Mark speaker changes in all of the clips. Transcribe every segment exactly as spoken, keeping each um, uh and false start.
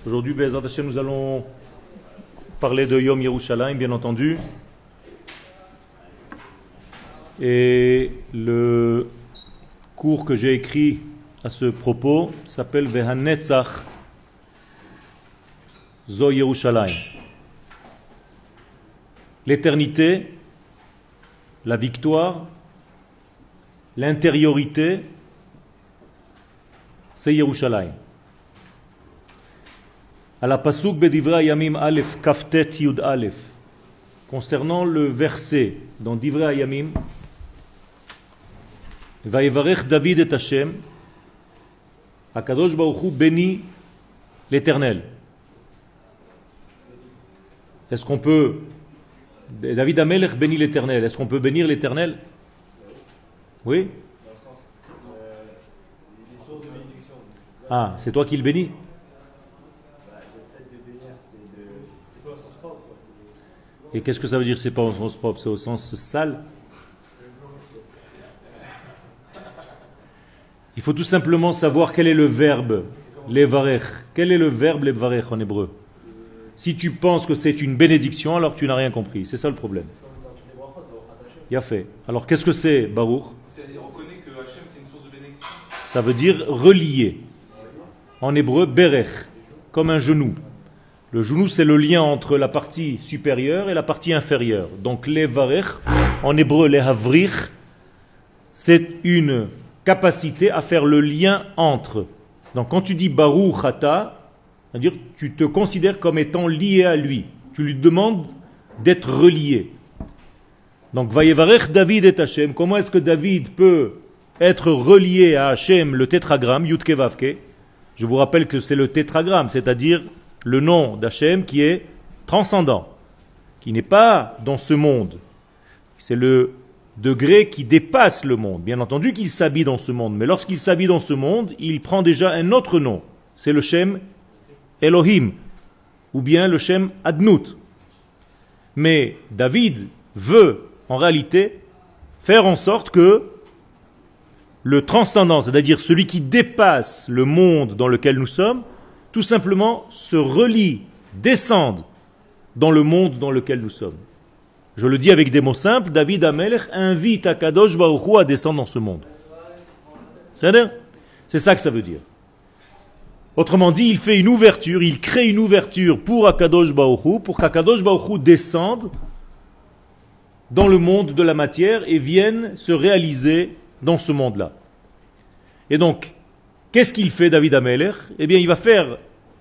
Speaker 1: Aujourd'hui, Be'ezrat Hashem, nous allons parler de Yom Yerushalayim, bien entendu. Et le cours que j'ai écrit à ce propos s'appelle Vehanetzach Zo Yerushalayim. L'éternité, la victoire, l'intériorité, c'est Yerushalayim. À la Pasuk Bedivrei Hayamim Aleph Kaftet Yud Aleph, concernant le verset dans Divrei Hayamim, Vayevarech David et Hashem, Akadosh Baruch Hu bénit l'Éternel. Est-ce qu'on peut, David Amelech bénit l'Éternel, est-ce qu'on peut bénir l'Éternel? Oui. Ah, c'est toi qui le bénis? Et qu'est-ce que ça veut dire c'est pas au sens propre, c'est au sens sale? Il faut tout simplement savoir quel est le verbe levarech. Quel est le verbe levarech en hébreu? Si tu penses que c'est une bénédiction, alors tu n'as rien compris. C'est ça le problème. Il a fait. Alors qu'est-ce que c'est, Baruch? Ça veut dire relier. En hébreu, berech, comme un genou. Le genou, c'est le lien entre la partie supérieure et la partie inférieure. Donc, levarech, en hébreu, lehavrich, c'est une capacité à faire le lien entre. Donc, quand tu dis Baruch Ata, c'est-à-dire tu te considères comme étant lié à lui. Tu lui demandes d'être relié. Donc, Vayevarech David et Hashem. Comment est-ce que David peut être relié à Hashem, le tétragramme, Yudke Vavke? Je vous rappelle que c'est le tétragramme, c'est-à-dire le nom d'Hachem qui est transcendant, qui n'est pas dans ce monde. C'est le degré qui dépasse le monde. Bien entendu qu'il s'habille dans ce monde, mais lorsqu'il s'habille dans ce monde, il prend déjà un autre nom. C'est le Shem Elohim, ou bien le Shem Adnout. Mais David veut, en réalité, faire en sorte que le transcendant, c'est-à-dire celui qui dépasse le monde dans lequel nous sommes, tout simplement se relie, descende dans le monde dans lequel nous sommes. Je le dis avec des mots simples, David Amelech invite Akadosh Baruch Hu à descendre dans ce monde. C'est-à-dire, c'est ça que ça veut dire. Autrement dit, il fait une ouverture, il crée une ouverture pour Akadosh Baruch Hu, pour qu'Akadosh Baruch Hu descende dans le monde de la matière et vienne se réaliser dans ce monde-là. Et donc, qu'est-ce qu'il fait David Amelech? Eh bien, il va faire,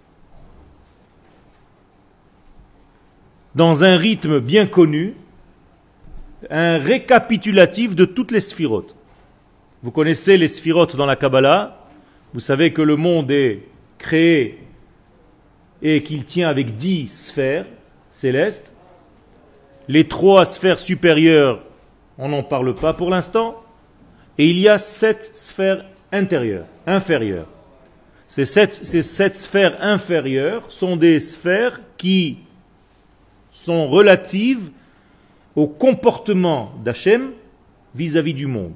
Speaker 1: dans un rythme bien connu, un récapitulatif de toutes les sphirotes. Vous connaissez les sphirotes dans la Kabbalah. Vous savez que le monde est créé et qu'il tient avec dix sphères célestes. Les trois sphères supérieures, on n'en parle pas pour l'instant. Et il y a sept sphères intérieures, inférieures. Ces sept, ces sept sphères inférieures sont des sphères qui sont relatives au comportement d'Hachem vis-à-vis du monde.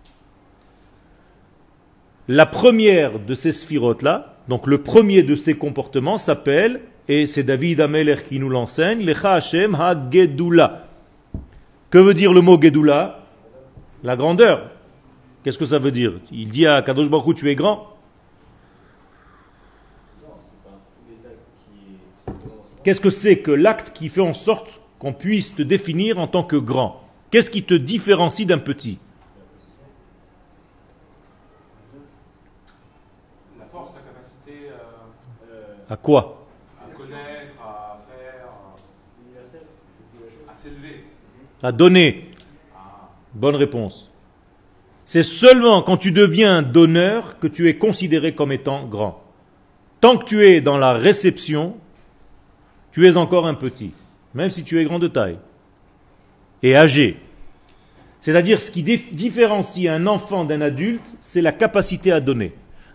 Speaker 1: La première de ces sphirotes-là, donc le premier de ces comportements s'appelle, et c'est David Amelech qui nous l'enseigne, Lecha Hashem ha-Gedula. Que veut dire le mot Gedula? La grandeur. Qu'est-ce que ça veut dire? Il dit à Kadosh Baruch Hu, tu es grand. Qu'est-ce que c'est que l'acte qui fait en sorte qu'on puisse te définir en tant que grand? Qu'est-ce qui te différencie d'un petit?
Speaker 2: La force, la capacité
Speaker 1: euh, à quoi?
Speaker 2: À connaître, à faire, à s'élever.
Speaker 1: À donner. Bonne réponse. C'est seulement quand tu deviens donneur que tu es considéré comme étant grand. Tant que tu es dans la réception, tu es encore un petit, même si tu es grand de taille et âgé. C'est-à-dire, ce qui dif- différencie un enfant d'un adulte, c'est la capacité à donner.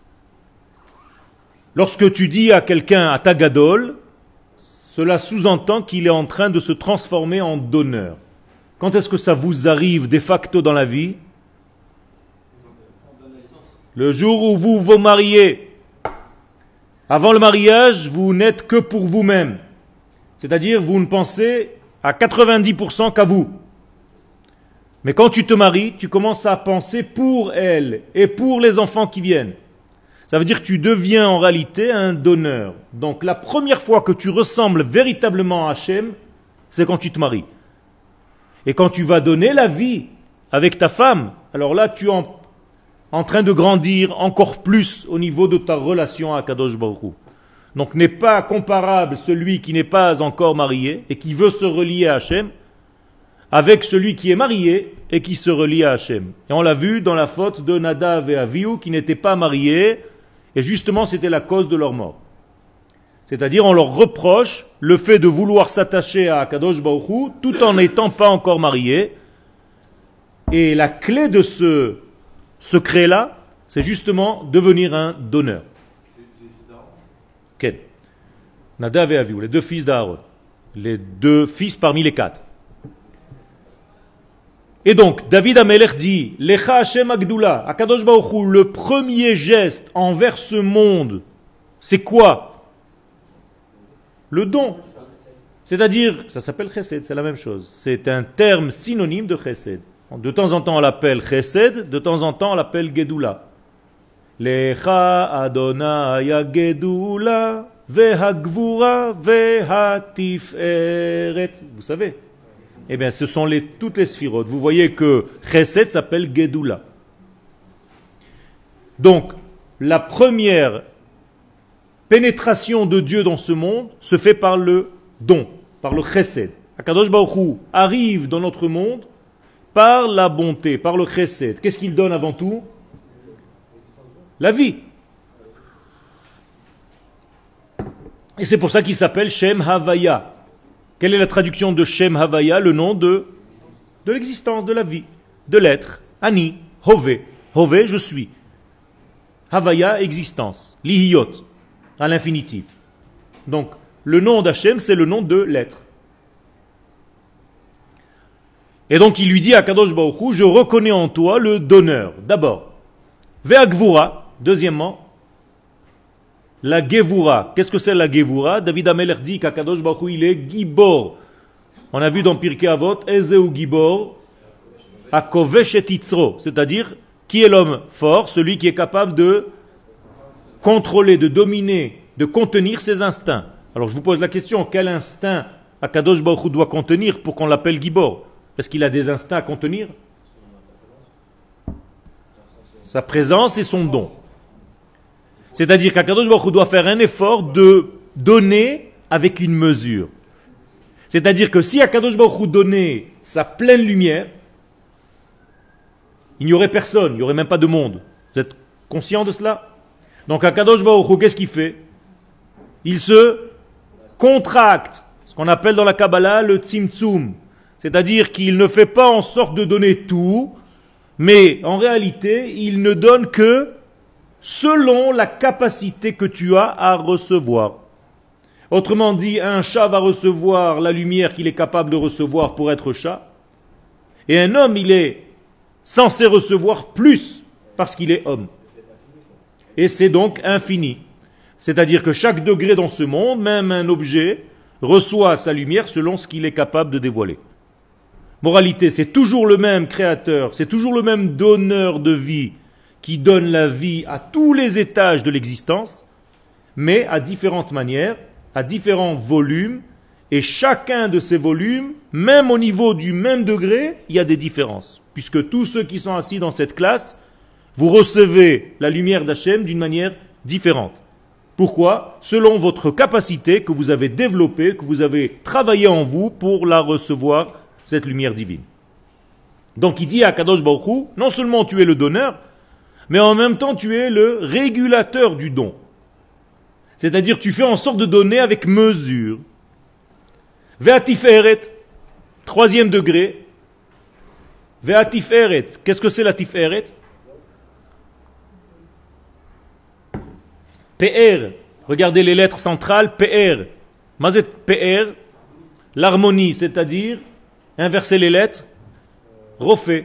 Speaker 1: Lorsque tu dis à quelqu'un, à ta gadol, cela sous-entend qu'il est en train de se transformer en donneur. Quand est-ce que ça vous arrive de facto dans la vie? Le jour où vous vous mariez. Avant le mariage, vous n'êtes que pour vous-même. C'est-à-dire, vous ne pensez à quatre-vingt-dix pour cent qu'à vous. Mais quand tu te maries, tu commences à penser pour elle et pour les enfants qui viennent. Ça veut dire que tu deviens en réalité un donneur. Donc la première fois que tu ressembles véritablement à Hachem, c'est quand tu te maries. Et quand tu vas donner la vie avec ta femme, alors là tu es en, en train de grandir encore plus au niveau de ta relation à Kadosh Baruch Hu. Donc n'est pas comparable celui qui n'est pas encore marié et qui veut se relier à Hachem avec celui qui est marié et qui se relie à Hachem. Et on l'a vu dans la faute de Nadav et Avihu qui n'étaient pas mariés, et justement c'était la cause de leur mort. C'est-à-dire on leur reproche le fait de vouloir s'attacher à Kadosh Baruch Hu tout en n'étant pas encore mariés. Et la clé de ce secret-là, c'est justement devenir un donneur. Quel ? Nadav et Avihu, les deux fils d'Aaron. Les deux fils parmi les quatre. Et donc, David Amelech dit, Lecha Hashem Agdula, Akadosh Baruch Hu, le premier geste envers ce monde, c'est quoi? Le don. C'est-à-dire, ça s'appelle Chesed, c'est la même chose. C'est un terme synonyme de Chesed. De temps en temps, on l'appelle Chesed, de temps en temps, on l'appelle Gedula. Lecha Adonai Gedula, Vehagvura, Vehatiferet. Vous savez? Eh bien, ce sont les, toutes les sphirotes. Vous voyez que Chesed s'appelle Gedula. Donc, la première pénétration de Dieu dans ce monde se fait par le don, par le Chesed. Akadosh Baruch Hu arrive dans notre monde par la bonté, par le Chesed. Qu'est-ce qu'il donne avant tout? La vie. Et c'est pour ça qu'il s'appelle Shem Havaya. Quelle est la traduction de Shem Havaya? Le nom de, de l'existence, de la vie, de l'être. Ani, Hove. Hove, je suis. Havaya, existence. Lihiyot, à l'infinitif. Donc, le nom d'Hachem, c'est le nom de l'être. Et donc, il lui dit à Kadosh Baruch Hu, je reconnais en toi le donneur. D'abord, Ve'agvura, deuxièmement, la Gevura. Qu'est-ce que c'est la Gevura? David Amelech dit qu'Akadosh Baruch Hu, il est Gibor. On a vu dans Pirkei Avot, Ezeu Gibor, Akovesh et Yitzro. C'est-à-dire, qui est l'homme fort? Celui qui est capable de contrôler, de dominer, de contenir ses instincts. Alors je vous pose la question, quel instinct Akadosh Baruch Hu doit contenir pour qu'on l'appelle Gibor? Est-ce qu'il a des instincts à contenir? Sa présence et son don. C'est-à-dire qu'Akadosh Baruch Hu doit faire un effort de donner avec une mesure. C'est-à-dire que si Akadosh Baruch Hu donnait sa pleine lumière, il n'y aurait personne, il n'y aurait même pas de monde. Vous êtes conscient de cela? Donc Akadosh Baruch Hu, qu'est-ce qu'il fait? Il se contracte, ce qu'on appelle dans la Kabbalah le tzimtzum. C'est-à-dire qu'il ne fait pas en sorte de donner tout, mais en réalité, il ne donne que selon la capacité que tu as à recevoir. Autrement dit, un chat va recevoir la lumière qu'il est capable de recevoir pour être chat, et un homme, il est censé recevoir plus parce qu'il est homme. Et c'est donc infini. C'est-à-dire que chaque degré dans ce monde, même un objet, reçoit sa lumière selon ce qu'il est capable de dévoiler. Moralité, c'est toujours le même créateur, c'est toujours le même donneur de vie qui donne la vie à tous les étages de l'existence, mais à différentes manières, à différents volumes, et chacun de ces volumes, même au niveau du même degré, il y a des différences. Puisque tous ceux qui sont assis dans cette classe, vous recevez la lumière d'Hachem d'une manière différente. Pourquoi? Selon votre capacité que vous avez développée, que vous avez travaillé en vous pour la recevoir, cette lumière divine. Donc il dit à Kadosh Baruch Hu, non seulement tu es le donneur, mais en même temps tu es le régulateur du don. C'est-à-dire tu fais en sorte de donner avec mesure. Ve'atiferet, troisième degré. Ve'atiferet, qu'est-ce que c'est la tiferet? P R, regardez les lettres centrales, P R. Mazet P R, l'harmonie, c'est-à-dire, inverser les lettres, refait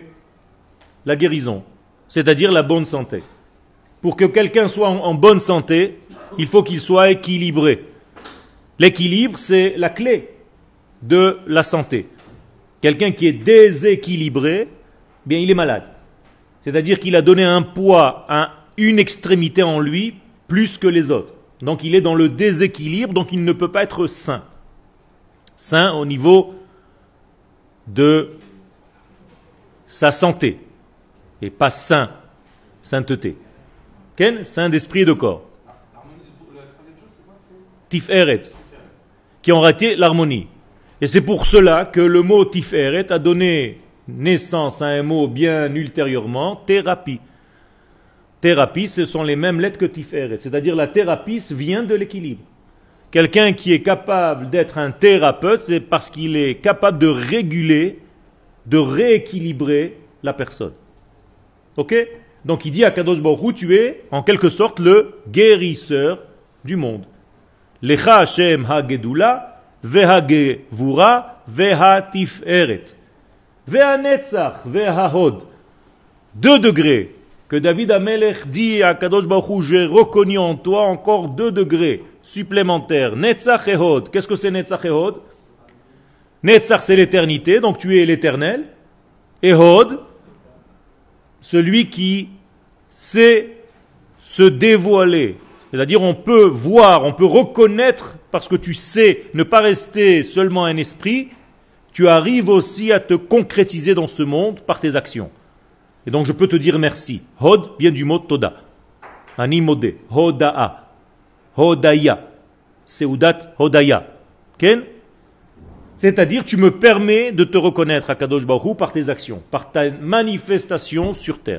Speaker 1: la guérison, c'est-à-dire la bonne santé. Pour que quelqu'un soit en, en bonne santé, il faut qu'il soit équilibré. L'équilibre, c'est la clé de la santé. Quelqu'un qui est déséquilibré, bien il est malade. C'est-à-dire qu'il a donné un poids à une extrémité en lui plus que les autres. Donc il est dans le déséquilibre, donc il ne peut pas être sain. Sain au niveau de sa santé. Et pas saint, sainteté. Ken, saint d'esprit et de corps. Tiferet, qui ont raté l'harmonie. Et c'est pour cela que le mot Tiferet a donné naissance à un mot bien ultérieurement, thérapie. Thérapie, ce sont les mêmes lettres que Tiferet, c'est-à-dire la thérapie vient de l'équilibre. Quelqu'un qui est capable d'être un thérapeute, c'est parce qu'il est capable de réguler, de rééquilibrer la personne. Ok? Donc il dit à Kadosh Baruch Hu, tu es en quelque sorte le guérisseur du monde. Lecha Hashem ha-gedula, veha-gevura, veha-tiferet, veha-netzach, veha-hod. Deux degrés que David Amelech dit à Kadosh Baruch Hu, j'ai reconnu en toi encore deux degrés supplémentaires. Netzach et hod. Qu'est-ce que c'est Netzach et hod? Netzach, c'est l'éternité, donc tu es l'éternel. Et hod, celui qui sait se dévoiler. C'est-à-dire on peut voir, on peut reconnaître, parce que tu sais ne pas rester seulement un esprit, tu arrives aussi à te concrétiser dans ce monde par tes actions. Et donc je peux te dire merci. Hod vient du mot toda. Ani modé. Hoda'a. Hodaya. Seudat hodaya. Ken? C'est-à-dire tu me permets de te reconnaître à Kadosh Baruch Hu par tes actions, par ta manifestation sur terre.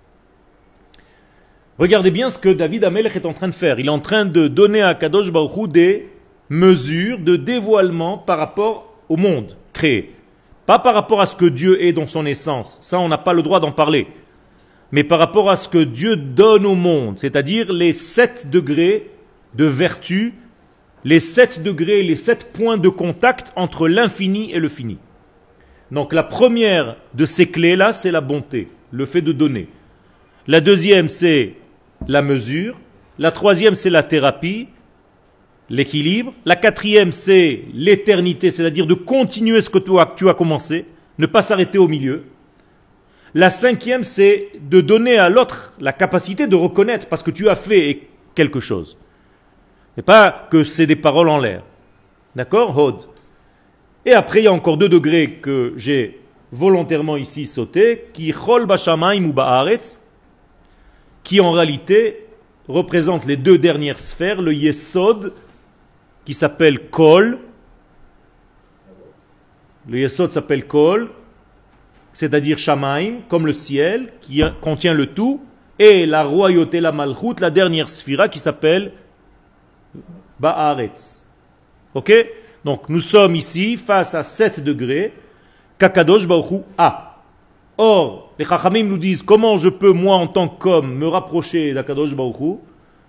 Speaker 1: Regardez bien ce que David Amelech est en train de faire. Il est en train de donner à Kadosh Baruch Hu des mesures de dévoilement par rapport au monde créé. Pas par rapport à ce que Dieu est dans son essence. Ça, on n'a pas le droit d'en parler. Mais par rapport à ce que Dieu donne au monde. C'est-à-dire les sept degrés de vertu, les sept degrés, les sept points de contact entre l'infini et le fini. Donc la première de ces clés-là, c'est la bonté, le fait de donner. La deuxième, c'est la mesure. La troisième, c'est la thérapie, l'équilibre. La quatrième, c'est l'éternité, c'est-à-dire de continuer ce que tu as, tu as commencé, ne pas s'arrêter au milieu. La cinquième, c'est de donner à l'autre la capacité de reconnaître parce que tu as fait quelque chose. Et pas que c'est des paroles en l'air. D'accord? Hod. Et après, il y a encore deux degrés que j'ai volontairement ici sauté, qui chol bashamaim ou ba'aretz, qui en réalité représentent les deux dernières sphères, le yesod, qui s'appelle kol. Le yesod s'appelle kol, c'est-à-dire shamaim, comme le ciel, qui contient le tout, et la royauté, la malchut, la dernière sphira, qui s'appelle Ba'aretz. Ok? Donc nous sommes ici face à sept degrés qu'Akadosh Baruch Hu a. Or, les Chachamim nous disent comment je peux, moi en tant qu'homme, me rapprocher d'Akadosh Baruch Hu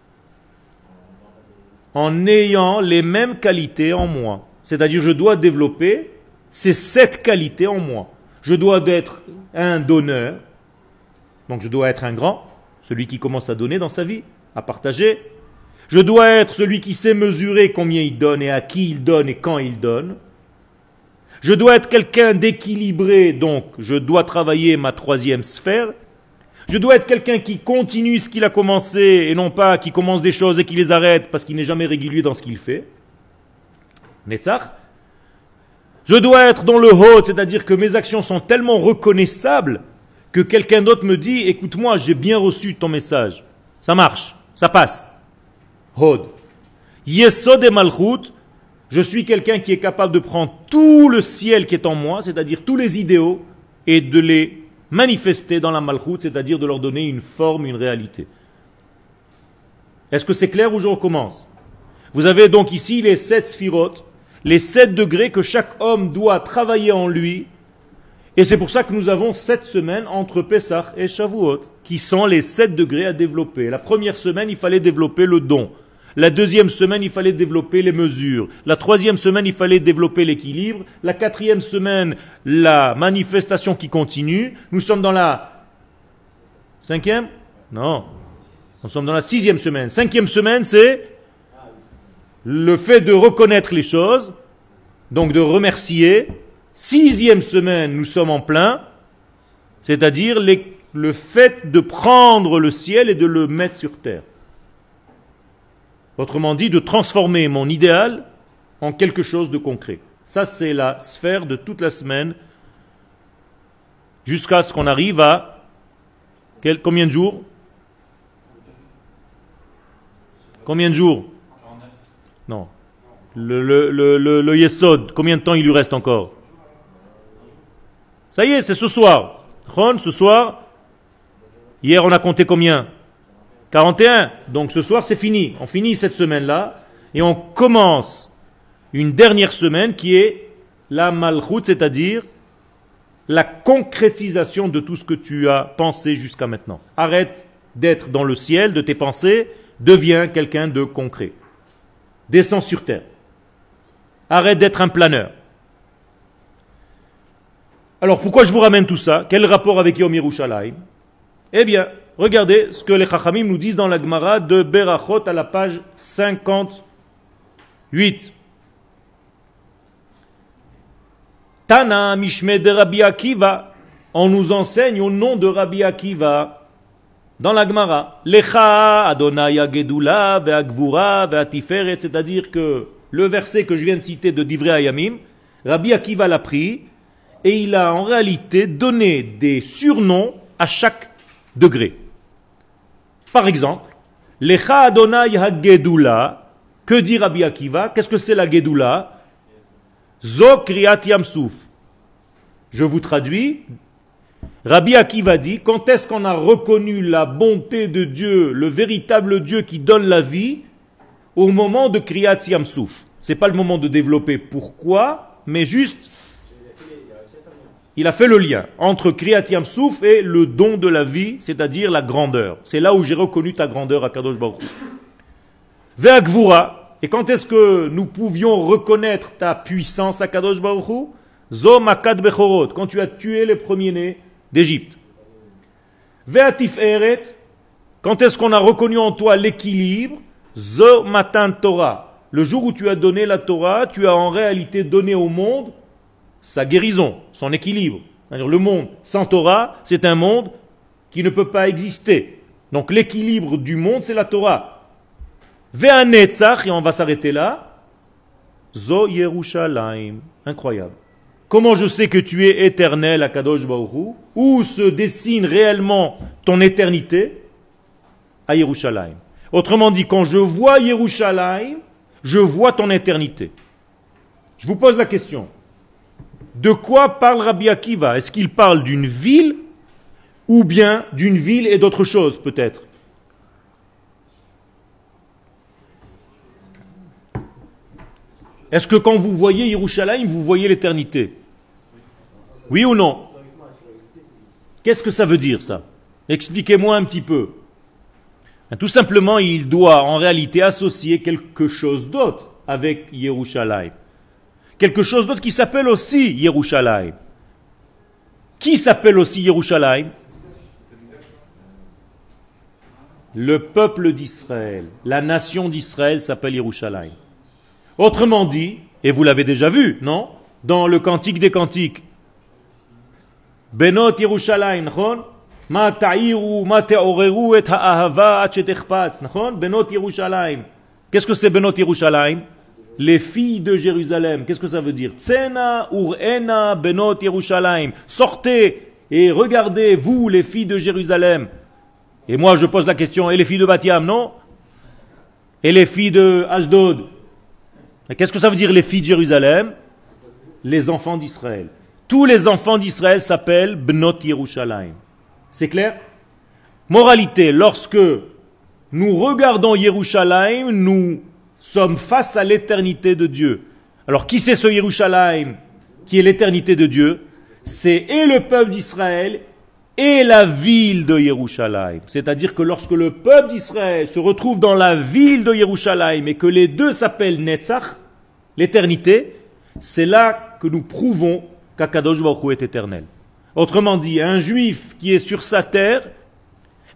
Speaker 1: en ayant les mêmes qualités en moi. C'est-à-dire je dois développer ces sept qualités en moi. Je dois être un donneur, donc je dois être un grand, celui qui commence à donner dans sa vie, à partager. Je dois être celui qui sait mesurer combien il donne et à qui il donne et quand il donne. Je dois être quelqu'un d'équilibré, donc je dois travailler ma troisième sphère. Je dois être quelqu'un qui continue ce qu'il a commencé et non pas qui commence des choses et qui les arrête parce qu'il n'est jamais régulier dans ce qu'il fait. Netzach. Je dois être dans le haut, c'est-à-dire que mes actions sont tellement reconnaissables que quelqu'un d'autre me dit « Écoute-moi, j'ai bien reçu ton message. Ça marche, ça passe. » Hod. Yesod et Malchut, je suis quelqu'un qui est capable de prendre tout le ciel qui est en moi, c'est-à-dire tous les idéaux, et de les manifester dans la Malchut, c'est-à-dire de leur donner une forme, une réalité. Est-ce que c'est clair ou je recommence? Vous avez donc ici les sept sphirotes, les sept degrés que chaque homme doit travailler en lui, et c'est pour ça que nous avons sept semaines entre Pessah et Shavuot, qui sont les sept degrés à développer. La première semaine, il fallait développer le don. La deuxième semaine, il fallait développer les mesures. La troisième semaine, il fallait développer l'équilibre. La quatrième semaine, la manifestation qui continue. Nous sommes dans la cinquième? Non. Nous sommes dans la sixième semaine. Cinquième semaine, c'est le fait de reconnaître les choses, donc de remercier. Sixième semaine, nous sommes en plein, c'est-à-dire les, le fait de prendre le ciel et de le mettre sur terre. Autrement dit, de transformer mon idéal en quelque chose de concret. Ça, c'est la sphère de toute la semaine, jusqu'à ce qu'on arrive à quel, combien de jours? Combien de jours? Non. Le, le, le, le, le Yesod, combien de temps il lui reste encore? Ça y est, c'est ce soir. Ce soir, hier on a compté combien? quarante et un. Donc ce soir c'est fini. On finit cette semaine-là et on commence une dernière semaine qui est la Malchut, c'est-à-dire la concrétisation de tout ce que tu as pensé jusqu'à maintenant. Arrête d'être dans le ciel de tes pensées, deviens quelqu'un de concret. Descends sur terre. Arrête d'être un planeur. Alors pourquoi je vous ramène tout ça? Quel rapport avec Yom Yerushalayim? Eh bien, regardez ce que les Chachamim nous disent dans la Gemara de Berachot à la page cinquante-huit. Tana Mishme de Rabbi Akiva. On nous enseigne au nom de Rabbi Akiva dans la Gemara. Lecha Adonai Agedula ve'agvura ve'atiferet, c'est-à-dire que le verset que je viens de citer de Divrei Hayamim, Rabbi Akiva l'a pris et il a en réalité donné des surnoms à chaque degré. Par exemple, Lecha Adonai Hagedula, que dit Rabbi Akiva? Qu'est-ce que c'est la Gedula? Zo Kriyat Yamsouf. Je vous traduis. Rabbi Akiva dit, quand est-ce qu'on a reconnu la bonté de Dieu, le véritable Dieu qui donne la vie? Au moment de Kriyat Yamsouf. Ce n'est pas le moment de développer pourquoi, mais juste, il a fait le lien entre Kriyat Yamsouf et le don de la vie, c'est-à-dire la grandeur. C'est là où j'ai reconnu ta grandeur à Kadosh Baruch Hu. Ve'agvura. Et quand est-ce que nous pouvions reconnaître ta puissance à Kadosh Baruch Hu? Zo makad bechorot, quand tu as tué les premiers-nés d'Égypte. Ve'atif eret, quand est-ce qu'on a reconnu en toi l'équilibre? Zo matan Torah, le jour où tu as donné la Torah, tu as en réalité donné au monde sa guérison, son équilibre. C'est-à-dire le monde sans Torah, c'est un monde qui ne peut pas exister. Donc l'équilibre du monde, c'est la Torah. Ve'anetzach, et on va s'arrêter là. Zo Yerushalayim, incroyable. Comment je sais que tu es éternel à Kadosh Baruch Hu? Où se dessine réellement ton éternité? À Yerushalayim. Autrement dit, quand je vois Yerushalayim, je vois ton éternité. Je vous pose la question. De quoi parle Rabbi Akiva? Est-ce qu'il parle d'une ville ou bien d'une ville et d'autre chose peut-être? Est-ce que quand vous voyez Yerushalayim, vous voyez l'éternité? Oui ou non? Qu'est-ce que ça veut dire ça? Expliquez-moi un petit peu. Tout simplement, il doit en réalité associer quelque chose d'autre avec Yerushalayim. Quelque chose d'autre qui s'appelle aussi Yerushalayim. Qui s'appelle aussi Yerushalayim? Le peuple d'Israël. La nation d'Israël s'appelle Yerushalayim. Autrement dit, et vous l'avez déjà vu, non? Dans le Cantique des Cantiques. Benot Yerushalayim, נכון? מה תעירו, מה תעוררו את האהבה עד שתחפץ, נכון? בנות ירושלים. Qu'est-ce que c'est Benot Yerushalayim? Les filles de Jérusalem. Qu'est-ce que ça veut dire? Tsena urena Benot Yerushalayim. Sortez et regardez, vous, les filles de Jérusalem. Et moi, je pose la question, et les filles de Bat-Yam, non? Et les filles de Ashdod? Qu'est-ce que ça veut dire, les filles de Jérusalem? Les enfants d'Israël. Tous les enfants d'Israël s'appellent Benot Yerushalayim. C'est clair? Moralité, lorsque nous regardons Yerushalayim, nous sommes face à l'éternité de Dieu. Alors qui c'est ce Yerushalayim qui est l'éternité de Dieu? C'est et le peuple d'Israël et la ville de Yerushalayim. C'est-à-dire que lorsque le peuple d'Israël se retrouve dans la ville de Yerushalayim et que les deux s'appellent Netzach, l'éternité, c'est là que nous prouvons qu'Akadosh Baruch Hu est éternel. Autrement dit, un juif qui est sur sa terre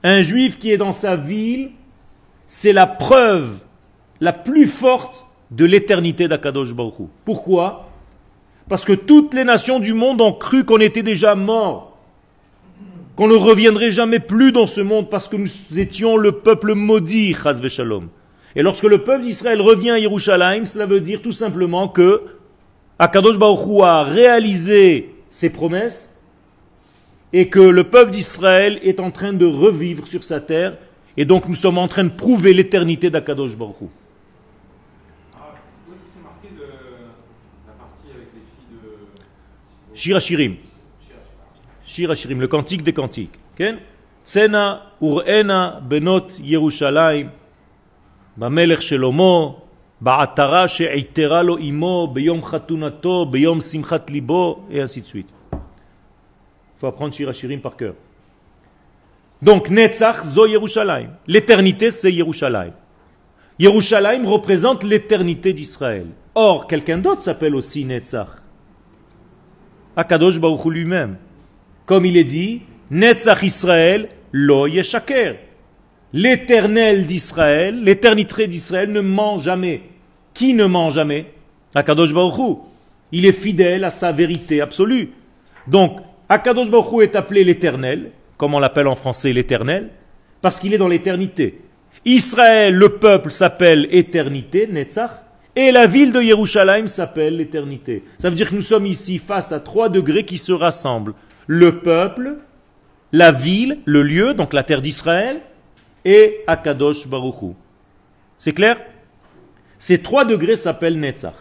Speaker 1: Un juif qui est dans sa ville, c'est la preuve la plus forte de l'éternité d'Akadosh Baruch Hu. Pourquoi? Parce que toutes les nations du monde ont cru qu'on était déjà morts, qu'on ne reviendrait jamais plus dans ce monde parce que nous étions le peuple maudit, Chas v'Shalom. Et lorsque le peuple d'Israël revient à Yerushalayim, cela veut dire tout simplement que Akadosh Baruch Hu a réalisé ses promesses et que le peuple d'Israël est en train de revivre sur sa terre, et donc nous sommes en train de prouver l'éternité d'Akadosh Baruch Hu.
Speaker 2: Ah, où est-ce que c'est marqué le, la partie avec les filles de...
Speaker 1: Shir Hashirim. Shir Hashirim, le cantique des cantiques. Tsena ur'ena benot Yerushalayim, b'melech Shelomo, ba'atara she'itera lo imo, b'yom chatunato, b'yom simchat libo, et ainsi de suite. Il faut apprendre Shir Hashirim par cœur. Donc, Netzach zo Yerushalayim. L'éternité, c'est Yerushalayim. Yerushalayim représente l'éternité d'Israël. Or, quelqu'un d'autre s'appelle aussi Netzach. Akadosh Baruch Hu lui-même. Comme il est dit, Netzach Israël lo yeshaker. L'éternel d'Israël, l'éternité d'Israël ne ment jamais. Qui ne ment jamais? Akadosh Baruch Hu. Il est fidèle à sa vérité absolue. Donc, Akadosh Baruch Hu est appelé l'éternel, comme on l'appelle en français l'éternel, parce qu'il est dans l'éternité. Israël, le peuple, s'appelle éternité, Netzach, et la ville de Yerushalayim s'appelle l'éternité. Ça veut dire que nous sommes ici face à trois degrés qui se rassemblent. Le peuple, la ville, le lieu, donc la terre d'Israël, et Akadosh Baruch Hu. C'est clair? Ces trois degrés s'appellent Netzach.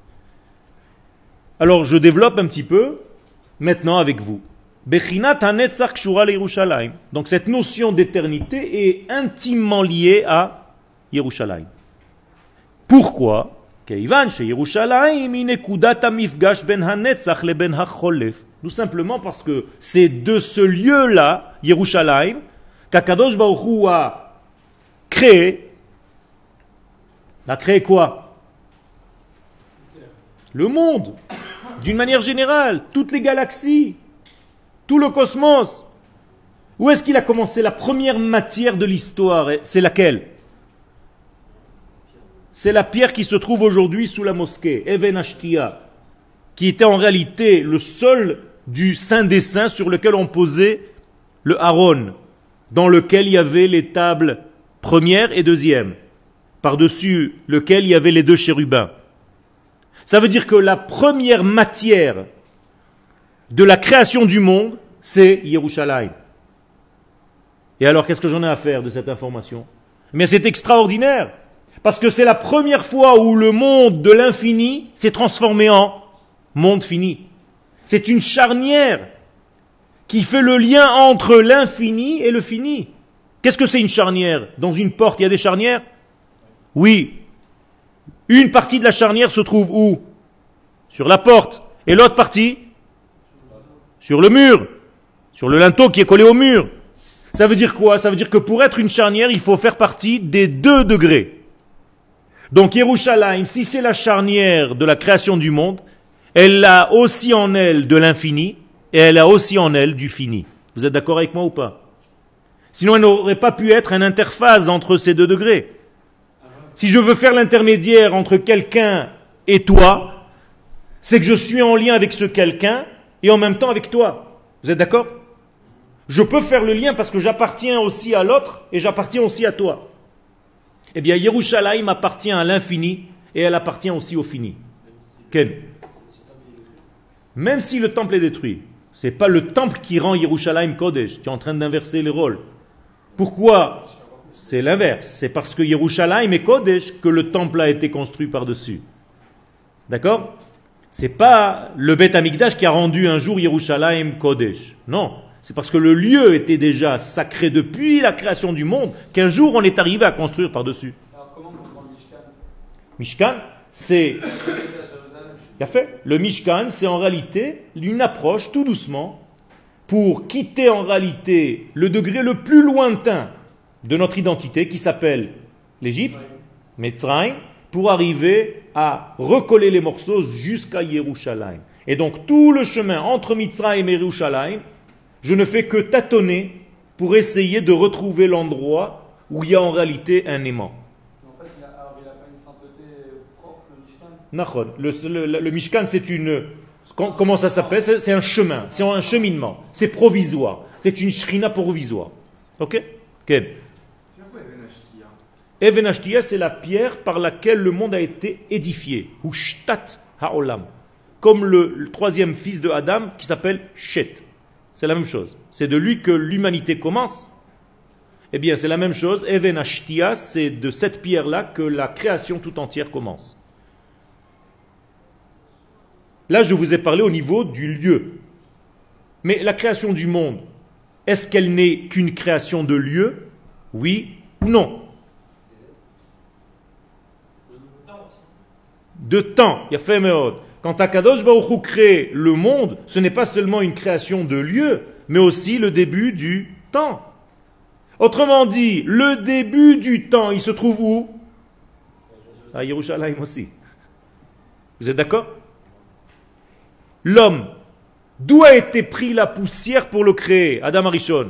Speaker 1: Alors je développe un petit peu maintenant avec vous. Bechinat ha-Netzach kshura le-Yerushalayim. Donc cette notion d'éternité est intimement liée à Yerushalayim. Pourquoi? Keivan she-Yerushalayim hi nekudat ha-mifgash ben ha-Netzach le-ben ha-Cholef. Tout simplement parce que c'est de ce lieu-là, Yerushalayim, qu'Akadosh Baruch Hu a créé. A créé quoi? Le monde. D'une manière générale, toutes les galaxies, tout le cosmos. Où est-ce qu'il a commencé? La première matière de l'histoire, c'est laquelle? C'est la pierre qui se trouve aujourd'hui sous la mosquée, Even Ashtia, qui était en réalité le sol du Saint des Saints sur lequel on posait le Aaron, dans lequel il y avait les tables première et deuxième, par-dessus lequel il y avait les deux chérubins. Ça veut dire que la première matière de la création du monde, c'est Yerushalayim. Et alors, qu'est-ce que j'en ai à faire de cette information? Mais c'est extraordinaire, parce que c'est la première fois où le monde de l'infini s'est transformé en monde fini. C'est une charnière qui fait le lien entre l'infini et le fini. Qu'est-ce que c'est une charnière? Dans une porte, il y a des charnières? Oui. Une partie de la charnière se trouve où? Sur la porte. Et l'autre partie? Sur le mur. Sur le linteau qui est collé au mur. Ça veut dire quoi? Ça veut dire que pour être une charnière, il faut faire partie des deux degrés. Donc Yerushalayim, si c'est la charnière de la création du monde, elle a aussi en elle de l'infini, et elle a aussi en elle du fini. Vous êtes d'accord avec moi ou pas? Sinon, elle n'aurait pas pu être une interface entre ces deux degrés. Si je veux faire l'intermédiaire entre quelqu'un et toi, c'est que je suis en lien avec ce quelqu'un et en même temps avec toi. Vous êtes d'accord? Je peux faire le lien parce que j'appartiens aussi à l'autre et j'appartiens aussi à toi. Eh bien, Yerushalayim appartient à l'infini et elle appartient aussi au fini. Ken? Même si le temple est détruit, ce n'est pas le temple qui rend Yerushalayim Kodesh. Tu es en train d'inverser les rôles. Pourquoi? C'est l'inverse. C'est parce que Yerushalayim est Kodesh que le temple a été construit par-dessus. D'accord? C'est pas le Beth Amikdash qui a rendu un jour Yerushalayim Kodesh. Non. C'est parce que le lieu était déjà sacré depuis la création du monde qu'un jour on est arrivé à construire par-dessus.
Speaker 3: Alors comment on comprend le Mishkan?
Speaker 1: Mishkan, c'est... Il a fait. Le Mishkan, c'est en réalité une approche tout doucement pour quitter en réalité le degré le plus lointain de notre identité qui s'appelle l'Égypte, Mitzrayim, pour arriver à recoller les morceaux jusqu'à Yerushalayim. Et donc tout le chemin entre Mitzrayim et Yerushalayim, je ne fais que tâtonner pour essayer de retrouver l'endroit où il y a en réalité un aimant.
Speaker 3: En fait, il n'a pas une sainteté propre, le Mishkan.
Speaker 1: Nachon. Le, le, le Mishkan, c'est une... Comment ça s'appelle? C'est un chemin, c'est un cheminement. C'est provisoire. C'est une shrina provisoire. Ok? Quel?
Speaker 2: C'est quoi Even Ashtia?
Speaker 1: Even Ashtia, c'est la pierre par laquelle le monde a été édifié. Ou Shtat Ha'olam. Comme le, le troisième fils de Adam qui s'appelle Shet. C'est la même chose. C'est de lui que l'humanité commence. Eh bien, c'est la même chose. Even Ashtia, c'est de cette pierre-là que la création tout entière commence. Là, je vous ai parlé au niveau du lieu. Mais la création du monde, est-ce qu'elle n'est qu'une création de lieu? Oui ou non? De temps. Il y a fait méod. Quand Akadosh Baruch Hu crée le monde, ce n'est pas seulement une création de lieu, mais aussi le début du temps. Autrement dit, le début du temps, il se trouve où? À Yerushalayim aussi. Vous êtes d'accord? L'homme, d'où a été pris la poussière pour le créer? Adam Arishon.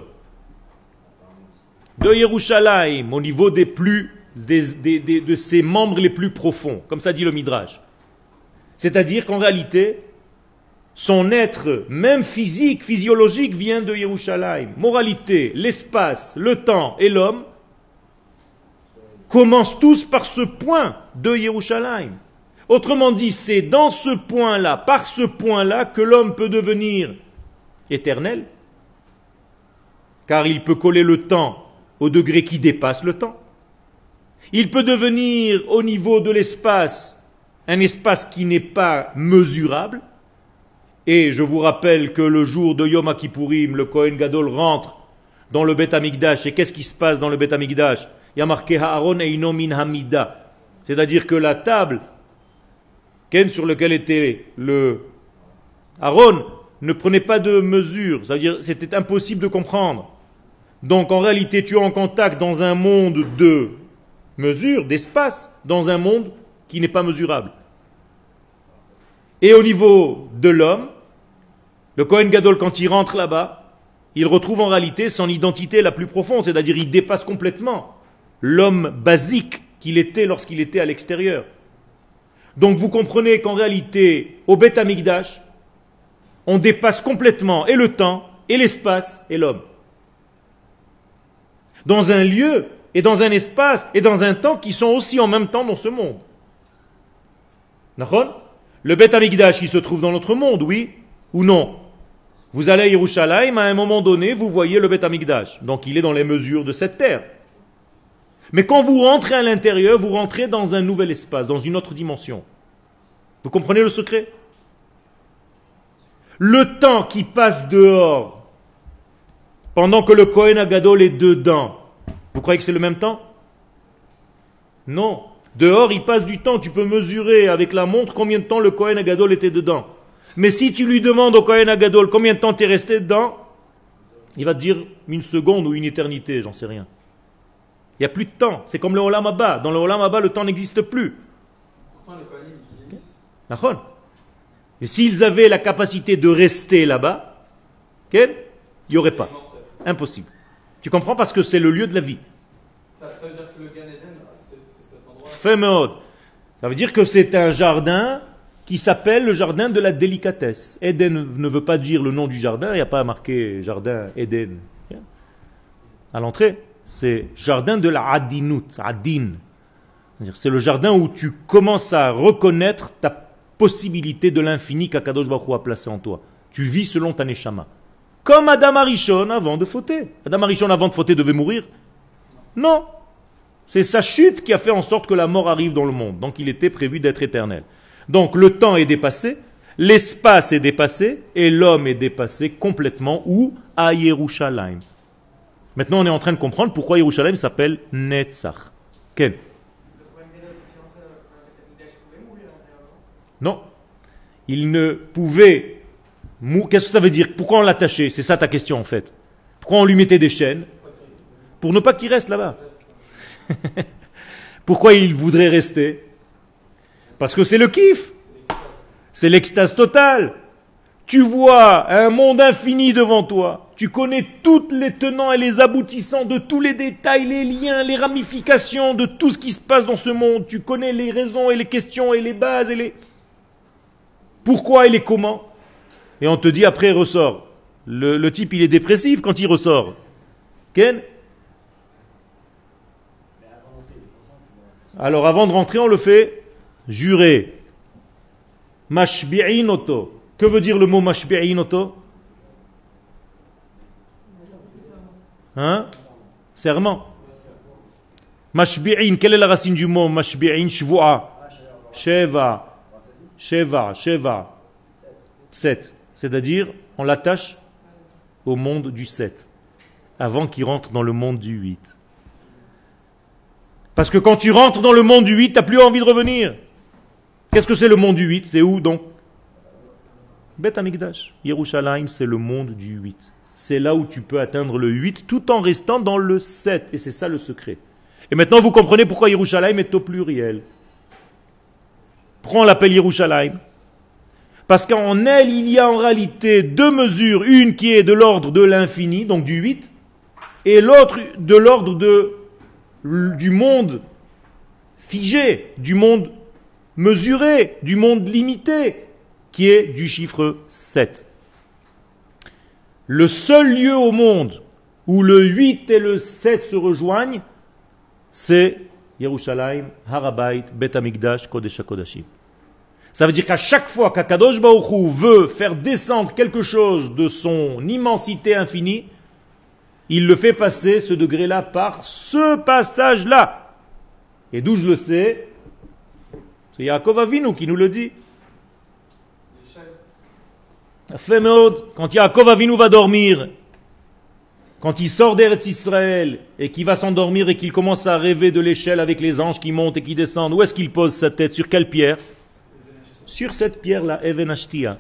Speaker 1: De Yerushalayim, au niveau des plus, des, des, des, de ses membres les plus profonds, comme ça dit le Midrash. C'est-à-dire qu'en réalité, son être, même physique, physiologique, vient de Yerushalayim. Moralité, l'espace, le temps et l'homme commencent tous par ce point de Yerushalayim. Autrement dit, c'est dans ce point-là, par ce point-là, que l'homme peut devenir éternel, car il peut coller le temps au degré qui dépasse le temps. Il peut devenir au niveau de l'espace, un espace qui n'est pas mesurable. Et je vous rappelle que le jour de Yom Kippourim, le Kohen Gadol rentre dans le Beth Amikdash. Et qu'est-ce qui se passe dans le Beth Amikdash? Il y a marqué Haaron eino min hamida. C'est-à-dire que la table sur lequel était le Aaron ne prenait pas de mesure, c'est-à-dire c'était impossible de comprendre. Donc en réalité tu es en contact dans un monde de mesure, d'espace, dans un monde qui n'est pas mesurable. Et au niveau de l'homme, le Kohen Gadol quand il rentre là-bas, il retrouve en réalité son identité la plus profonde, c'est-à-dire il dépasse complètement l'homme basique qu'il était lorsqu'il était à l'extérieur. Donc vous comprenez qu'en réalité, au Beth Amikdash, on dépasse complètement et le temps, et l'espace, et l'homme. Dans un lieu, et dans un espace, et dans un temps qui sont aussi en même temps dans ce monde. D'accord? Le Beth Amikdash, il se trouve dans notre monde, oui ou non? Vous allez à Yerushalayim, à un moment donné, vous voyez le Beth Amikdash. Donc il est dans les mesures de cette terre. Mais quand vous rentrez à l'intérieur, vous rentrez dans un nouvel espace, dans une autre dimension. Vous comprenez le secret? Le temps qui passe dehors, pendant que le Kohen Agadol est dedans, vous croyez que c'est le même temps? Non. Dehors, il passe du temps. Tu peux mesurer avec la montre combien de temps le Kohen Agadol était dedans. Mais si tu lui demandes au Kohen Agadol combien de temps tu es resté dedans, il va te dire une seconde ou une éternité, j'en sais rien. Il n'y a plus de temps. C'est comme le Olam Haba. Dans le Olam Haba, le temps n'existe plus.
Speaker 3: Pourtant, les Kohanim, ils vieillissent.
Speaker 1: D'accord. Et s'ils avaient la capacité de rester là-bas, il n'y aurait pas. Impossible. Tu comprends? Parce que c'est le lieu de la vie.
Speaker 3: Ça, ça veut dire que le Gan Eden, c'est cet endroit.
Speaker 1: Fémod. Ça veut dire que c'est un jardin qui s'appelle le jardin de la délicatesse. Eden ne veut pas dire le nom du jardin. Il n'y a pas marqué jardin Eden. À l'entrée. C'est jardin de la adinut, adin. C'est le jardin où tu commences à reconnaître ta possibilité de l'infini qu'Akadosh Baruch Hu a placé en toi. Tu vis selon ta neshama. Comme Adam Arishon avant de fauter. Adam Arishon avant de fauter devait mourir? Non. C'est sa chute qui a fait en sorte que la mort arrive dans le monde. Donc il était prévu d'être éternel. Donc le temps est dépassé, l'espace est dépassé, et l'homme est dépassé complètement où? À Yerushalayim. Maintenant, on est en train de comprendre pourquoi Yerushalayim s'appelle Netzach. Quel? Non. Il ne pouvait... Qu'est-ce que ça veut dire? Pourquoi on l'attachait? C'est ça ta question en fait. Pourquoi on lui mettait des chaînes? Pour ne pas qu'il reste là-bas. Pourquoi il voudrait rester? Parce que c'est le kiff. C'est l'extase totale. Tu vois un monde infini devant toi. Tu connais tous les tenants et les aboutissants de tous les détails, les liens, les ramifications de tout ce qui se passe dans ce monde. Tu connais les raisons et les questions et les bases et les... Pourquoi et les comment. Et on te dit après, ressort. Le, le type, il est dépressif quand il ressort. Ken? Alors avant de rentrer, on le fait jurer. Mashbi'in oto. Que veut dire le mot mashbi'in oto? Hein? Serment. Mashbi'in, quelle est la racine du mot mashbi'in? Shvu'a. Sheva. Sheva. Sheva. Sept. C'est-à-dire, on l'attache au monde du sept. Avant qu'il rentre dans le monde du huit. Parce que quand tu rentres dans le monde du huit, tu n'as plus envie de revenir. Qu'est-ce que c'est le monde du huit? C'est où donc? Bet Amikdash. Yerushalayim, c'est le monde du huit. C'est là où tu peux atteindre le huit tout en restant dans le sept. Et c'est ça le secret. Et maintenant vous comprenez pourquoi Yerushalayim est au pluriel. Pourquoi on l'appelle Yerushalayim? Parce qu'en elle, il y a en réalité deux mesures. Une qui est de l'ordre de l'infini, donc du huit, et l'autre de l'ordre de du monde figé, du monde mesuré, du monde limité, qui est du chiffre sept. Le seul lieu au monde où le huit et le sept se rejoignent, c'est Yerushalayim, Harabait, Bet Amikdash, Kodesh HaKodashim. Ça veut dire qu'à chaque fois qu'Akadosh Baruch Hu veut faire descendre quelque chose de son immensité infinie, il le fait passer, ce degré-là, par ce passage-là. Et d'où je le sais? C'est Yaakov Avinu qui nous le dit. Quand Yaakov Avinu va dormir, quand il sort d'Eretz Israël et qu'il va s'endormir et qu'il commence à rêver de l'échelle avec les anges qui montent et qui descendent, où est-ce qu'il pose sa tête? Sur quelle pierre? Sur cette pierre-là, Even Ashtia.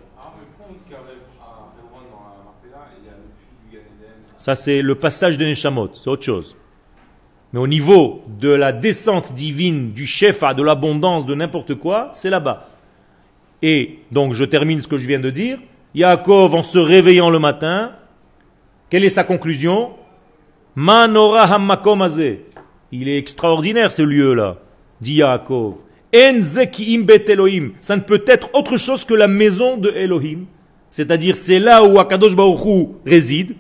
Speaker 1: Ça, c'est le passage de Neshamot, c'est autre chose. Mais au niveau de la descente divine, du shefa, de l'abondance, de n'importe quoi, c'est là-bas. Et donc, je termine ce que je viens de dire. Yaakov, en se réveillant le matin, quelle est sa conclusion? Manora hammakom hazeh. Il est extraordinaire ce lieu-là, dit Yaakov. En zekiim bet Elohim. Ça ne peut être autre chose que la maison de Elohim. C'est-à-dire, c'est là où Akadosh Baruch Hu réside.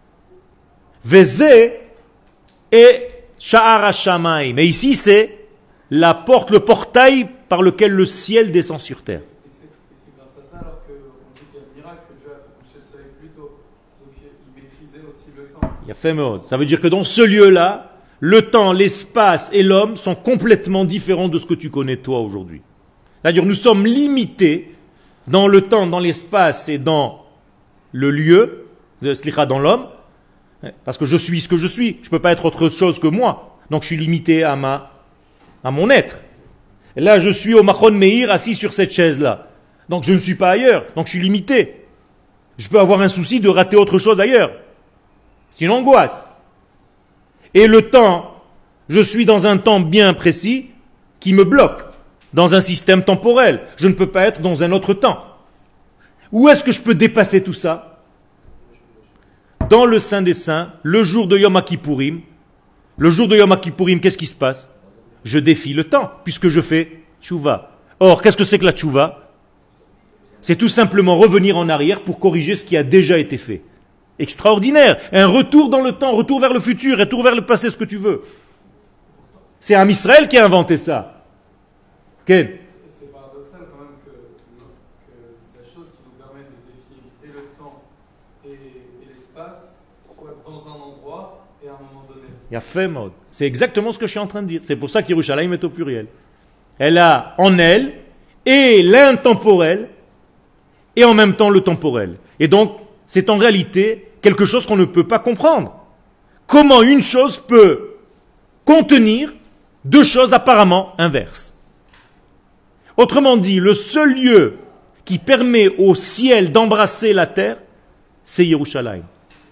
Speaker 1: Vezeh et Sha'ar HaShamayim. Et ici, c'est la porte, le portail par lequel le ciel descend sur terre.
Speaker 3: Et c'est, et c'est grâce à ça alors qu'on dit qu'il y a un miracle que Dieu a fait coucher le soleil plus tôt. Donc il maîtrisait aussi le temps.
Speaker 1: Il y a fait mode. Ça veut dire que dans ce lieu-là, le temps, l'espace et l'homme sont complètement différents de ce que tu connais toi aujourd'hui. C'est-à-dire nous sommes limités dans le temps, dans l'espace et dans le lieu, slicha, dans l'homme, parce que je suis ce que je suis. Je ne peux pas être autre chose que moi. Donc je suis limité à ma, à mon être. Et là, je suis au Machon Meir assis sur cette chaise-là. Donc je ne suis pas ailleurs. Donc je suis limité. Je peux avoir un souci de rater autre chose ailleurs. C'est une angoisse. Et le temps, je suis dans un temps bien précis qui me bloque, dans un système temporel. Je ne peux pas être dans un autre temps. Où est-ce que je peux dépasser tout ça? Dans le Saint des Saints, le jour de Yom Kippourim. Le jour de Yom Kippourim, qu'est-ce qui se passe? Je défie le temps, puisque je fais tchouva. Or, qu'est-ce que c'est que la tchouva? C'est tout simplement revenir en arrière pour corriger ce qui a déjà été fait. Extraordinaire. Un retour dans le temps, retour vers le futur, retour vers le passé, ce que tu veux. C'est Am Israël qui a inventé ça. Ken?
Speaker 3: C'est paradoxal quand même que, que la chose qui nous permet de défier et le temps et, et l'espace soit dans un endroit et à un moment donné.
Speaker 1: Il y a fait mode. C'est exactement ce que je suis en train de dire. C'est pour ça qu'Yerushalayim est au pluriel. Elle a en elle et l'intemporel et en même temps le temporel. Et donc, c'est en réalité quelque chose qu'on ne peut pas comprendre. Comment une chose peut contenir deux choses apparemment inverses. Autrement dit, le seul lieu qui permet au ciel d'embrasser la terre, c'est Yerushalayim.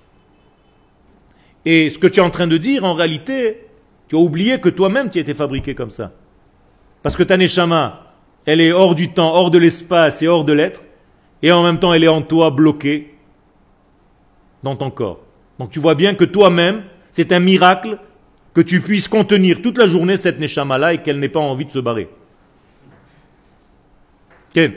Speaker 1: Et ce que tu es en train de dire, en réalité, tu as oublié que toi-même tu as été fabriqué comme ça. Parce que ta neshama, elle est hors du temps, hors de l'espace et hors de l'être. et en même temps elle est en toi bloquée dans ton corps. Donc tu vois bien que toi-même, c'est un miracle que tu puisses contenir toute la journée cette neshama-là et qu'elle n'ait pas envie de se barrer. Ken.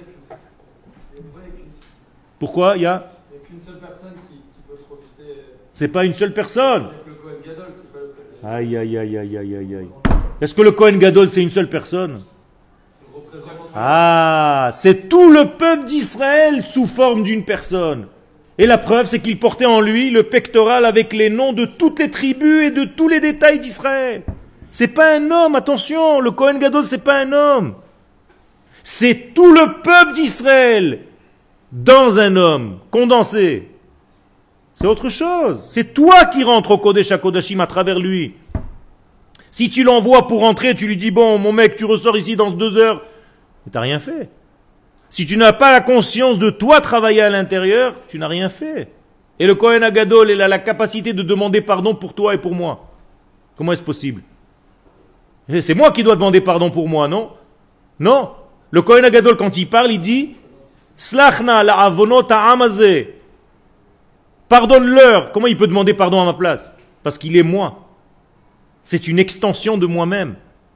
Speaker 1: Pourquoi il y a
Speaker 3: Il n'y a qu'une seule personne qui, qui peut profiter.
Speaker 1: C'est pas une seule personne.
Speaker 3: Avec le Kohen Gadol qui peut le protéger.
Speaker 1: Aïe, aïe, aïe, aïe, aïe, aïe, aïe. Est-ce que le Kohen Gadol, c'est une seule personne?
Speaker 3: C'est le représentant.
Speaker 1: Ah, c'est tout le peuple d'Israël sous forme d'une personne. Et la preuve, c'est qu'il portait en lui le pectoral avec les noms de toutes les tribus et de tous les détails d'Israël. C'est pas un homme, attention, le Kohen Gadol, c'est pas un homme. C'est tout le peuple d'Israël dans un homme, condensé. C'est autre chose. C'est toi qui rentres au Kodesh HaKodashim à travers lui. Si tu l'envoies pour rentrer, tu lui dis, bon, mon mec, tu ressors ici dans deux heures. Mais tu n'as rien fait. Si tu n'as pas la conscience de toi travailler à l'intérieur, tu n'as rien fait. Et le Kohen HaGadol, il a la capacité de demander pardon pour toi et pour moi. Comment est-ce possible? C'est moi qui dois demander pardon pour moi, non? Non. Le Kohen HaGadol, quand il parle, il dit, Slachna la avonot ha'amazeh. Pardonne-leur. Comment il peut demander pardon à ma place? Parce qu'il est moi. C'est une extension de moi-même.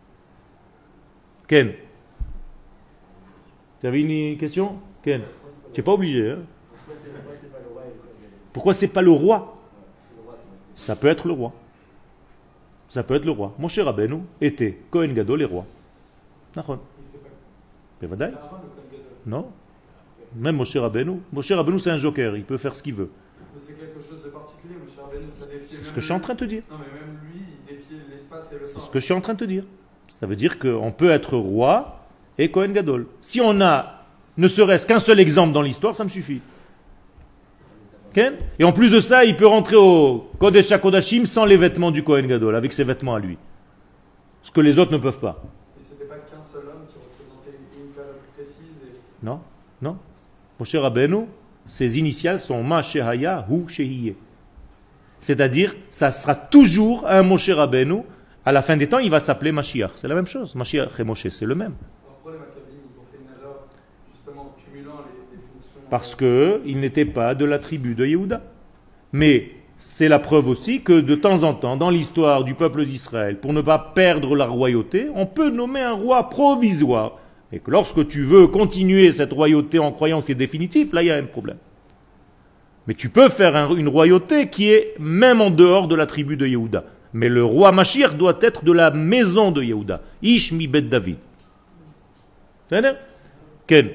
Speaker 1: Ken, tu avais une question? Ken, tu n'es pas obligé. Hein? Pourquoi c'est pas le roi? Ça peut être le roi. Ça peut être le roi. Moshe Rabbeinu était Kohen Gadol et roi. Nachon. Bevadaï. Non. Même Moshe Rabbeinu. Moshe Rabbeinu c'est un joker, il peut faire ce qu'il veut.
Speaker 3: Mais c'est quelque chose de particulier, Moshe Rabbeinu, ça défiait.
Speaker 1: C'est ce que je suis en train de te dire.
Speaker 3: Non, mais même lui, il défiait l'espace et le temps.
Speaker 1: C'est ce que je suis en train de te dire. Ça veut dire qu'on peut être roi et Kohen Gadol. Si on a ne serait-ce qu'un seul exemple dans l'histoire, ça me suffit. Okay? Et en plus de ça, il peut rentrer au Kodesh HaKodashim sans les vêtements du Kohen Gadol, avec ses vêtements à lui. Ce que les autres ne peuvent pas.
Speaker 3: Et c'était pas qu'un seul homme qui représentait une période précise et...
Speaker 1: Non, non. Moshe Rabbeinu, ses initiales sont Ma Shehaya Hu Shehiye. C'est-à-dire, ça sera toujours un Moshe Rabbeinu. À la fin des temps, il va s'appeler Mashiach. C'est la même chose. Mashiach et Moshe, c'est le même.
Speaker 3: Pourquoi les Maccabéens, ils ont fait une erreur, justement, en cumulant les, les fonctions...
Speaker 1: Parce qu'ils n'étaient pas de la tribu de Yehuda. Mais c'est la preuve aussi que de temps en temps, dans l'histoire du peuple d'Israël, pour ne pas perdre la royauté, on peut nommer un roi provisoire. Et que lorsque tu veux continuer cette royauté en croyant que c'est définitif, là il y a un problème. Mais tu peux faire un, une royauté qui est même en dehors de la tribu de Yehuda. Mais le roi Mashiach doit être de la maison de Yehuda. Ish mi bet David. C'est ça? Ken.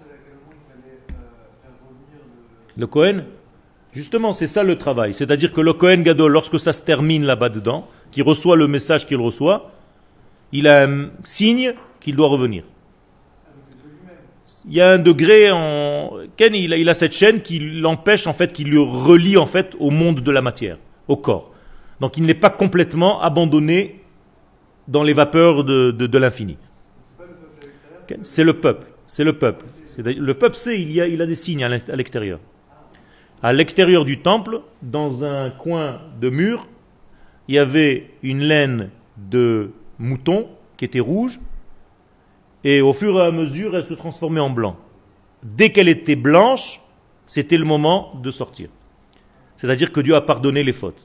Speaker 1: Le Kohen, justement, c'est ça le travail. C'est-à-dire que le Kohen Gadol, lorsque ça se termine là-bas dedans, qui reçoit le message qu'il reçoit, il a un signe qu'il doit revenir. Il y a un degré en... Ken, il a, il a cette chaîne qui l'empêche, en fait, qui le relie, en fait, au monde de la matière, au corps. Donc il n'est pas complètement abandonné dans les vapeurs de, de, de l'infini. C'est le peuple. C'est le peuple. C'est le peuple sait, il, y a, il a des signes à l'extérieur. À l'extérieur du temple, dans un coin de mur, il y avait une laine de mouton qui était rouge, et au fur et à mesure, elle se transformait en blanc. Dès qu'elle était blanche, c'était le moment de sortir. C'est-à-dire que Dieu a pardonné les fautes.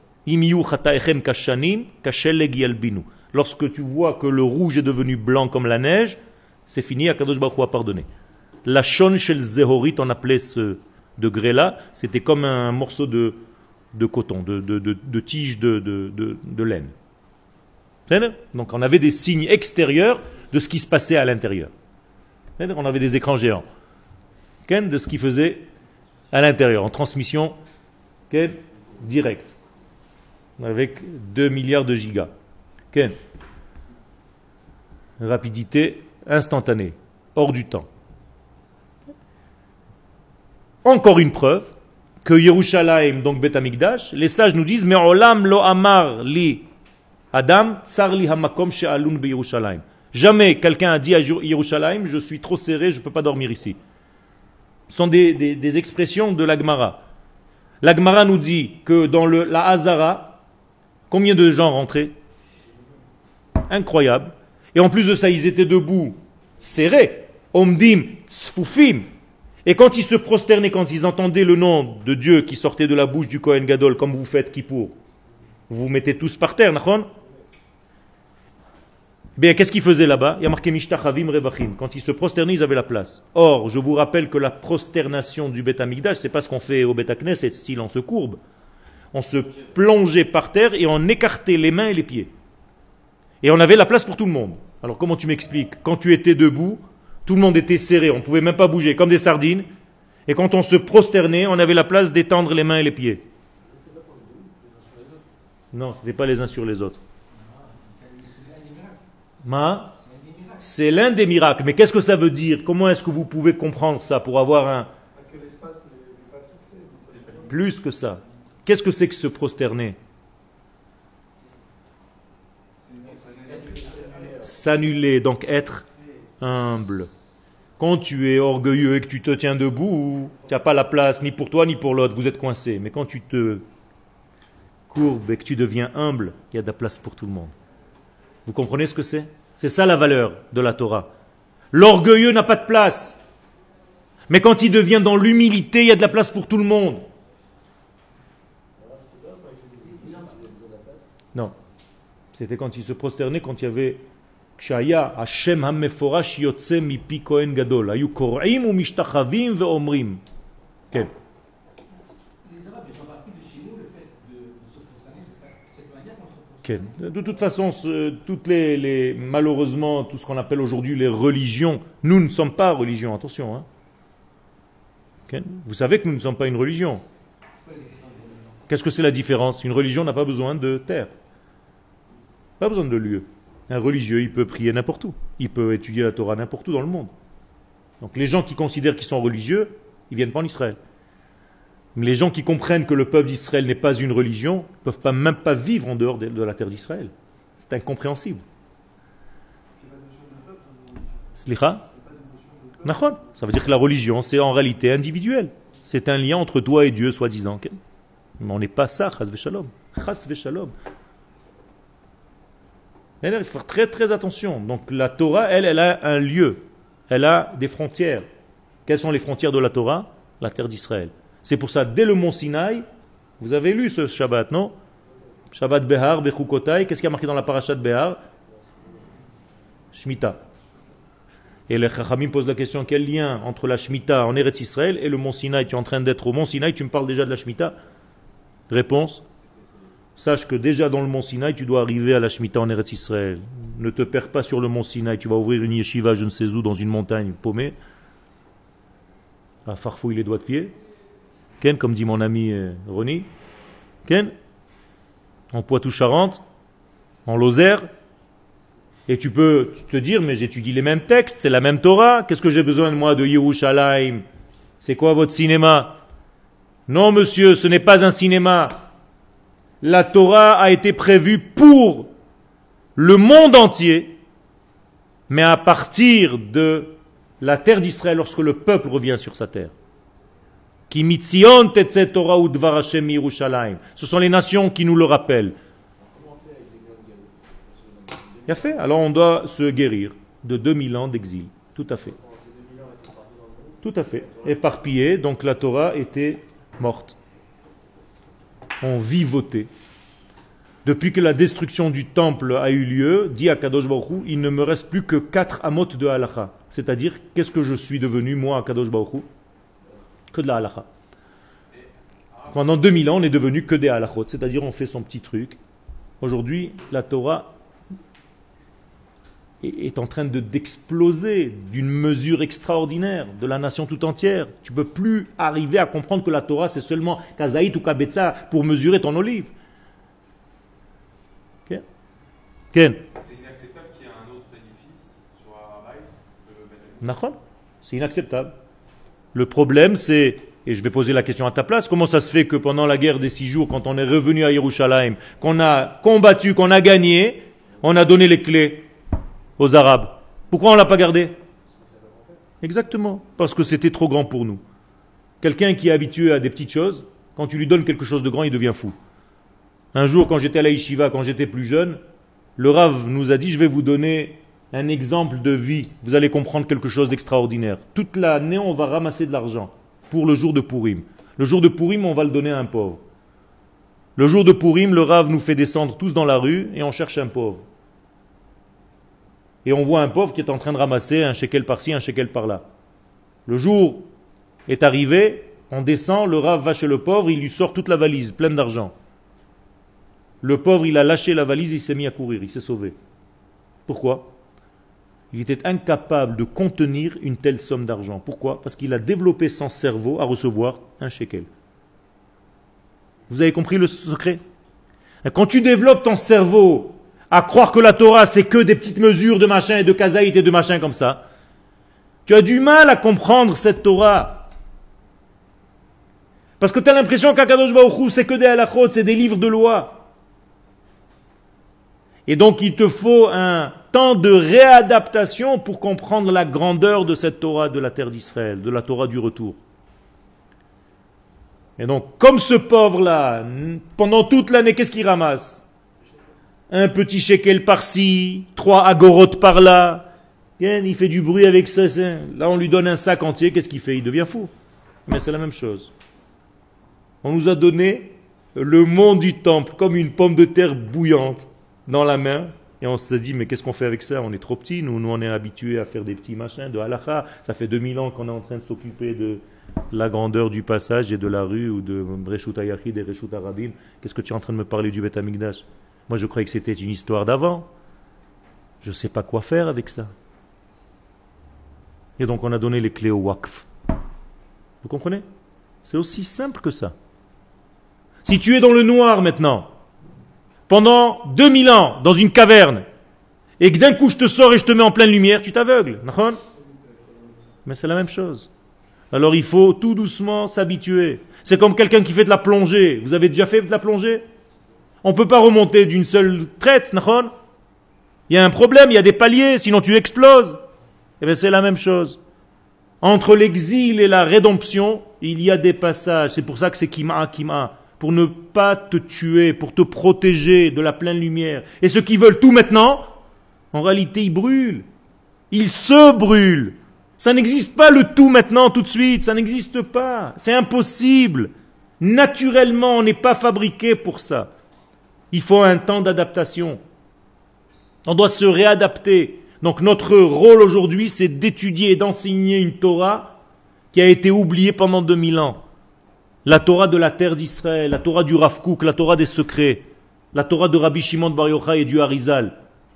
Speaker 1: Lorsque tu vois que le rouge est devenu blanc comme la neige, c'est fini, Akadosh Baruch Hu a pardonné. La shon shel zehorit, on appelait ce degré-là, c'était comme un morceau de, de coton, de, de, de, de tige de, de, de, de laine. Donc on avait des signes extérieurs de ce qui se passait à l'intérieur. On avait des écrans géants de ce qui faisait à l'intérieur, en transmission directe. Avec deux milliards de gigas. Ken. Rapidité instantanée, hors du temps. Encore une preuve que Yerushalayim, donc Bet Amikdash, les sages nous disent, mais olam lo amar li Adam tsar li hamakom she'alun be Yerushalayim. Jamais quelqu'un a dit à Yerushalayim, je suis trop serré, je ne peux pas dormir ici. Ce sont des, des, des expressions de la Gemara. La Gemara nous dit que dans le, la Hazara, combien de gens rentraient? Incroyable. Et en plus de ça, ils étaient debout, serrés, omdim, tsfufim. Et quand ils se prosternaient, quand ils entendaient le nom de Dieu qui sortait de la bouche du Kohen Gadol, comme vous faites Kippour, vous vous mettez tous par terre, nachon? Bien, qu'est-ce qu'ils faisaient là-bas? Il y a marqué Mishtachavim Revachim. Quand ils se prosternaient, ils avaient la place. Or, je vous rappelle que la prosternation du Beth Amikdash, c'est pas ce qu'on fait au Beth Knesset, style on se courbe. On se plongeait par terre et on écartait les mains et les pieds. Et on avait la place pour tout le monde. Alors comment tu m'expliques? Quand tu étais debout, tout le monde était serré, on ne pouvait même pas bouger, comme des sardines. Et quand on se prosternait, on avait la place d'étendre les mains et les pieds. Non, ce n'était pas les uns sur les autres. Ma, c'est l'un des miracles. Mais qu'est-ce que ça veut dire? Comment est-ce que vous pouvez comprendre ça pour avoir un... Plus que ça. Qu'est-ce que c'est que se prosterner? S'annuler, donc être humble. Quand tu es orgueilleux et que tu te tiens debout, tu n'as pas la place ni pour toi ni pour l'autre, vous êtes coincé. Mais quand tu te courbes et que tu deviens humble, il y a de la place pour tout le monde. Vous comprenez ce que c'est? C'est ça la valeur de la Torah. L'orgueilleux n'a pas de place. Mais quand il devient dans l'humilité, il y a de la place pour tout le monde. Non. C'était quand il se prosternait, quand il y avait Kshaya, Hashem HaMeforash Yotze Mipi Kohen Gadol. Ayu Kor'im ou Mishtachavim ve'omrim. Quel? Les Arabes, ils ont appris de chez nous le fait de se prosterner, c'est cette manière qu'on se prosterne. De toute façon, ce, toutes les, les, malheureusement, tout ce qu'on appelle aujourd'hui les religions, nous ne sommes pas religion, attention. Hein. Okay. Vous savez que nous ne sommes pas une religion. Qu'est-ce que c'est la différence? Une religion n'a pas besoin de terre. Pas besoin de lieu. Un religieux, il peut prier n'importe où. Il peut étudier la Torah n'importe où dans le monde. Donc les gens qui considèrent qu'ils sont religieux, ils ne viennent pas en Israël. Mais les gens qui comprennent que le peuple d'Israël n'est pas une religion, ne peuvent pas, même pas vivre en dehors de, de la terre d'Israël. C'est incompréhensible. Slicha? Nachon. Ça veut dire que la religion, c'est en réalité individuel. C'est un lien entre toi et Dieu, soi-disant. Okay? Mais on n'est pas ça, chas v'shalom. Chas v'shalom. Il faut faire très très attention. Donc la Torah, elle, elle a un lieu. Elle a des frontières. Quelles sont les frontières de la Torah? La terre d'Israël. C'est pour ça, dès le mont Sinaï, vous avez lu ce Shabbat, non? Shabbat Behar, Bechukotai. Qu'est-ce qui a marqué dans la parasha de Behar? Shemitah. Et les Chachamim posent la question, quel lien entre la Shemitah en Eretz Israël et le mont Sinaï? Tu es en train d'être au mont Sinaï, tu me parles déjà de la Shemitah? Réponse: sache que déjà dans le mont Sinaï, tu dois arriver à la Shemitah en Eretz Israël. Ne te perds pas sur le mont Sinaï, tu vas ouvrir une yeshiva, je ne sais où, dans une montagne paumée, à farfouiller les doigts de pied. Ken, comme dit mon ami euh, Ronnie. Ken, en Poitou-Charentes, en Lozère. Et tu peux te dire, mais j'étudie les mêmes textes, c'est la même Torah, qu'est-ce que j'ai besoin de moi de Yerushalayim? C'est quoi votre cinéma? Non monsieur, ce n'est pas un cinéma. La Torah a été prévue pour le monde entier, mais à partir de la terre d'Israël, lorsque le peuple revient sur sa terre. Ki mitzion tetze Torah udvar Hashem Yerushalayim. Ce sont les nations qui nous le rappellent. Il a fait. Alors on doit se guérir de deux mille ans d'exil. Tout à fait. Tout à fait. Éparpillé, donc la Torah était morte. On vivotait. Depuis que la destruction du temple a eu lieu, dit à Kadosh Baruch Hu, il ne me reste plus que quatre amot de halacha. C'est-à-dire, qu'est-ce que je suis devenu, moi, à Kadosh Baruch Hu? Que de la halacha. Pendant deux mille ans, on est devenu que des halachot. C'est-à-dire, on fait son petit truc. Aujourd'hui, la Torah est en train de, d'exploser d'une mesure extraordinaire de la nation tout entière. Tu ne peux plus arriver à comprendre que la Torah, c'est seulement kazaït ou kabetza pour mesurer ton olive. Okay. Ken.
Speaker 2: C'est inacceptable qu'il y ait un autre édifice sur Araï.
Speaker 1: Nachon. C'est inacceptable. Le problème, c'est, et je vais poser la question à ta place, comment ça se fait que pendant la guerre des six jours, quand on est revenu à Yerushalayim, qu'on a combattu, qu'on a gagné, on a donné les clés aux Arabes. Pourquoi on ne l'a pas gardé? Exactement, parce que c'était trop grand pour nous. Quelqu'un qui est habitué à des petites choses, quand tu lui donnes quelque chose de grand, il devient fou. Un jour, quand j'étais à la yeshiva, quand j'étais plus jeune, le Rav nous a dit, je vais vous donner un exemple de vie, vous allez comprendre quelque chose d'extraordinaire. Toute l'année, on va ramasser de l'argent pour le jour de Purim. Le jour de Purim, on va le donner à un pauvre. Le jour de Purim, le Rav nous fait descendre tous dans la rue et on cherche un pauvre. Et on voit un pauvre qui est en train de ramasser un shekel par-ci, un shekel par-là. Le jour est arrivé, on descend, le Rav va chez le pauvre, il lui sort toute la valise, pleine d'argent. Le pauvre, il a lâché la valise, il s'est mis à courir, il s'est sauvé. Pourquoi ? Il était incapable de contenir une telle somme d'argent. Pourquoi ? Parce qu'il a développé son cerveau à recevoir un shekel. Vous avez compris le secret ? Quand tu développes ton cerveau à croire que la Torah c'est que des petites mesures de machin et de kazaït et de machin comme ça, tu as du mal à comprendre cette Torah. Parce que tu as l'impression qu'Akadosh Baruch Hu c'est que des halachot, c'est des livres de loi. Et donc il te faut un temps de réadaptation pour comprendre la grandeur de cette Torah de la terre d'Israël, de la Torah du retour. Et donc, comme ce pauvre-là, pendant toute l'année, qu'est-ce qu'il ramasse ? Un petit shekel par-ci, trois agorotes par-là. Il fait du bruit avec ça. Là, on lui donne un sac entier, qu'est-ce qu'il fait ? Il devient fou. Mais c'est la même chose. On nous a donné le mont du temple comme une pomme de terre bouillante dans la main. Et on se dit, mais qu'est-ce qu'on fait avec ça ? On est trop petits, nous, nous on est habitués à faire des petits machins de halakha. Ça fait deux mille ans qu'on est en train de s'occuper de la grandeur du passage et de la rue ou de Reshut HaYachid et Reshut HaRabim. Qu'est-ce que tu es en train de me parler du Beth Amikdash ? Moi je croyais que c'était une histoire d'avant. Je ne sais pas quoi faire avec ça. Et donc on a donné les clés au Waqf. Vous comprenez ? C'est aussi simple que ça. Si tu es dans le noir maintenant, pendant deux mille ans, dans une caverne, et que d'un coup je te sors et je te mets en pleine lumière, tu t'aveugles. Mais c'est la même chose. Alors il faut tout doucement s'habituer. C'est comme quelqu'un qui fait de la plongée. Vous avez déjà fait de la plongée ? On ne peut pas remonter d'une seule traite. Il y a un problème, il y a des paliers, sinon tu exploses. Et bien c'est la même chose. Entre l'exil et la rédemption, il y a des passages. C'est pour ça que c'est Kima, Kima. Pour ne pas te tuer, pour te protéger de la pleine lumière. Et ceux qui veulent tout maintenant, en réalité ils brûlent. Ils se brûlent. Ça n'existe pas le tout maintenant, tout de suite. Ça n'existe pas. C'est impossible. Naturellement, on n'est pas fabriqué pour ça. Il faut un temps d'adaptation. On doit se réadapter. Donc notre rôle aujourd'hui, c'est d'étudier et d'enseigner une Torah qui a été oubliée pendant deux mille ans. La Torah de la terre d'Israël, la Torah du Rav Kook, la Torah des secrets, la Torah de Rabbi Shimon Bar Yochai et du Harizal.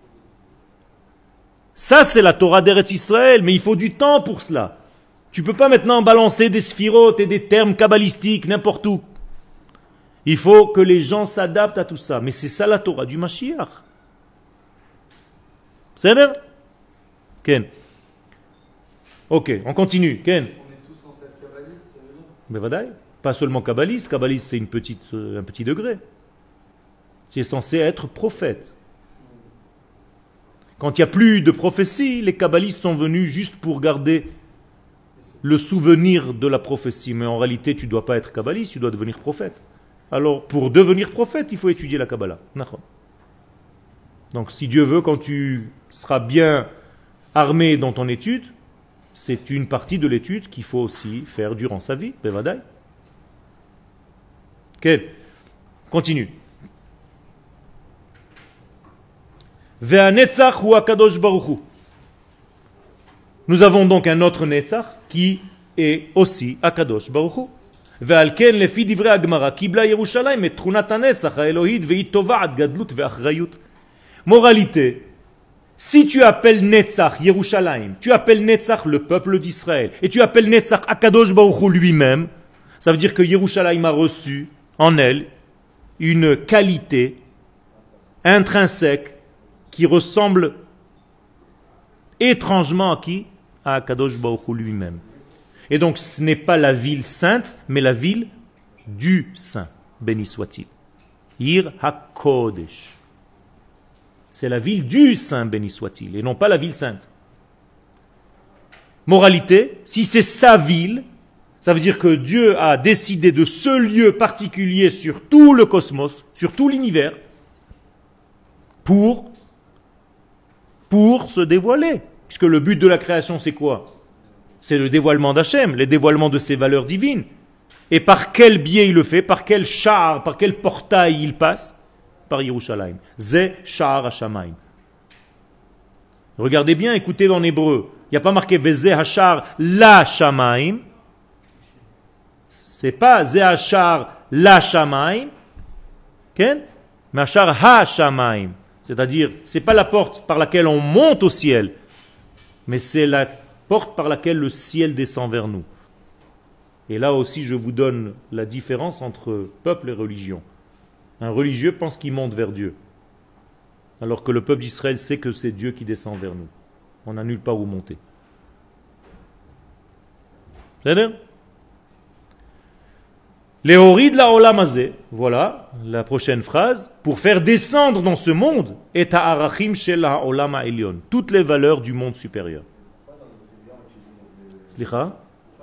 Speaker 1: Ça, c'est la Torah d'Eretz Israël, mais il faut du temps pour cela. Tu ne peux pas maintenant balancer des sphirotes et des termes kabbalistiques n'importe où. Il faut que les gens s'adaptent à tout ça. Mais c'est ça la Torah du Mashiach. C'est vrai ? Ken. Ok, on continue. Ken.
Speaker 3: On est tous censés être kabbalistes, ça veut dire ?
Speaker 1: Mais vadaï. Pas seulement kabbaliste. Kabbaliste, c'est une petite, euh, un petit degré. C'est censé être prophète. Quand il n'y a plus de prophétie, les kabbalistes sont venus juste pour garder le souvenir de la prophétie. Mais en réalité, tu ne dois pas être kabbaliste, tu dois devenir prophète. Alors, pour devenir prophète, il faut étudier la Kabbalah. Donc, si Dieu veut, quand tu seras bien armé dans ton étude, c'est une partie de l'étude qu'il faut aussi faire durant sa vie. Bevadaï. Ok. Continue. Ve'anetzach hu akadosh baruch hu. Nous avons donc un autre Netzach qui est aussi Akadosh Baruch Hu. ועל כן לפי דברי הגמרא קיבלה ירושלים את תכונת הנצח האלוהית והיא תובעת גדלות ואחריות. Moralité, si tu appelles Netzach Yerushalayim, tu appelles Netzach le peuple d'Israël et tu appelles Netzach Akadosh Baruch Hu lui-même, ça veut dire que Yerushalayim a reçu en elle une qualité intrinsèque qui ressemble étrangement à qui ? À Akadosh Baruch Hu lui-même. Et donc ce n'est pas la ville sainte, mais la ville du saint, béni soit-il. Ir HaKodesh. C'est la ville du saint, béni soit-il, et non pas la ville sainte. Moralité, si c'est sa ville, ça veut dire que Dieu a décidé de ce lieu particulier sur tout le cosmos, sur tout l'univers, pour pour se dévoiler. Puisque le but de la création, c'est quoi? C'est le dévoilement d'Hachem, le dévoilement de ses valeurs divines. Et par quel biais il le fait? Par quel char, par quel portail il passe? Par Yerushalayim. Ze Sha'ar HaShamayim. Regardez bien, écoutez en hébreu. Il n'y a pas marqué Veze Hashar la Shamayim. C'est pas Ze Hashar la Shamayim. Okay? Mais Hashar HaShamayim. C'est-à-dire, c'est pas la porte par laquelle on monte au ciel, mais c'est la porte par laquelle le ciel descend vers nous. Et là aussi, je vous donne la différence entre peuple et religion. Un religieux pense qu'il monte vers Dieu, alors que le peuple d'Israël sait que c'est Dieu qui descend vers nous. On n'a nulle part où monter. C'est-à-dire Léhorid la olam hazeh, voilà la prochaine phrase, pour faire descendre dans ce monde et ha'arachim shel ha'olam ha'elyon, toutes les valeurs du monde supérieur. Slicha?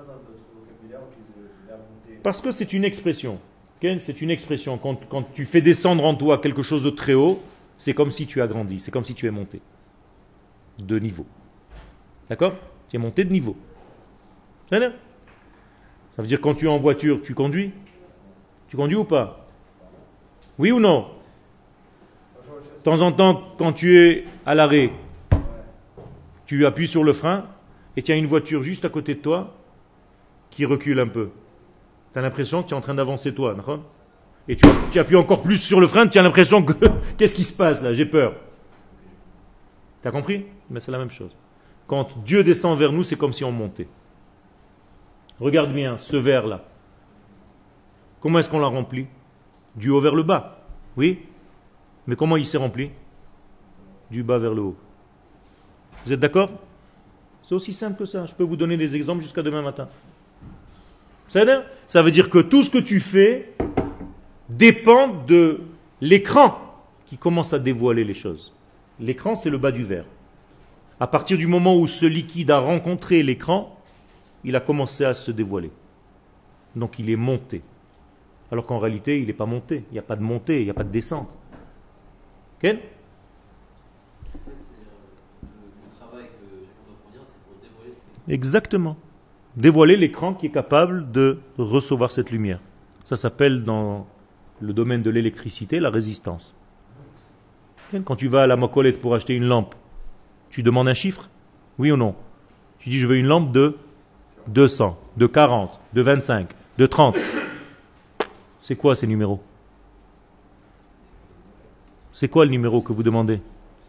Speaker 1: Parce que c'est une expression. Okay? C'est une expression. Quand, quand tu fais descendre en toi quelque chose de très haut, c'est comme si tu as grandi, c'est comme si tu es monté de niveau. D'accord? Tu es monté de niveau. Ça veut dire quand tu es en voiture, tu conduis? Tu conduis ou pas? Oui ou non? De temps en temps, quand tu es à l'arrêt, tu appuies sur le frein et tu as une voiture juste à côté de toi qui recule un peu. Tu as l'impression que tu es en train d'avancer toi. Et tu, tu appuies encore plus sur le frein, tu as l'impression que qu'est-ce qui se passe là? J'ai peur. Tu as compris? Mais c'est la même chose. Quand Dieu descend vers nous, c'est comme si on montait. Regarde bien ce verre-là. Comment est-ce qu'on l'a rempli? Du haut vers le bas. Oui? Mais comment il s'est rempli? Du bas vers le haut. Vous êtes d'accord? C'est aussi simple que ça. Je peux vous donner des exemples jusqu'à demain matin. Ça veut dire que tout ce que tu fais dépend de l'écran qui commence à dévoiler les choses. L'écran, c'est le bas du verre. À partir du moment où ce liquide a rencontré l'écran, il a commencé à se dévoiler. Donc il est monté. Alors qu'en réalité, il n'est pas monté. Il n'y a pas de montée, il n'y a pas de descente. Quel? Exactement. Dévoiler l'écran qui est capable de recevoir cette lumière. Ça s'appelle dans le domaine de l'électricité la résistance. Quand tu vas à la Mokolette pour acheter une lampe, tu demandes un chiffre? Oui ou non? Tu dis je veux une lampe de deux cents, de quarante, de vingt-cinq, de trente. C'est quoi ces numéros? C'est quoi le numéro que vous demandez?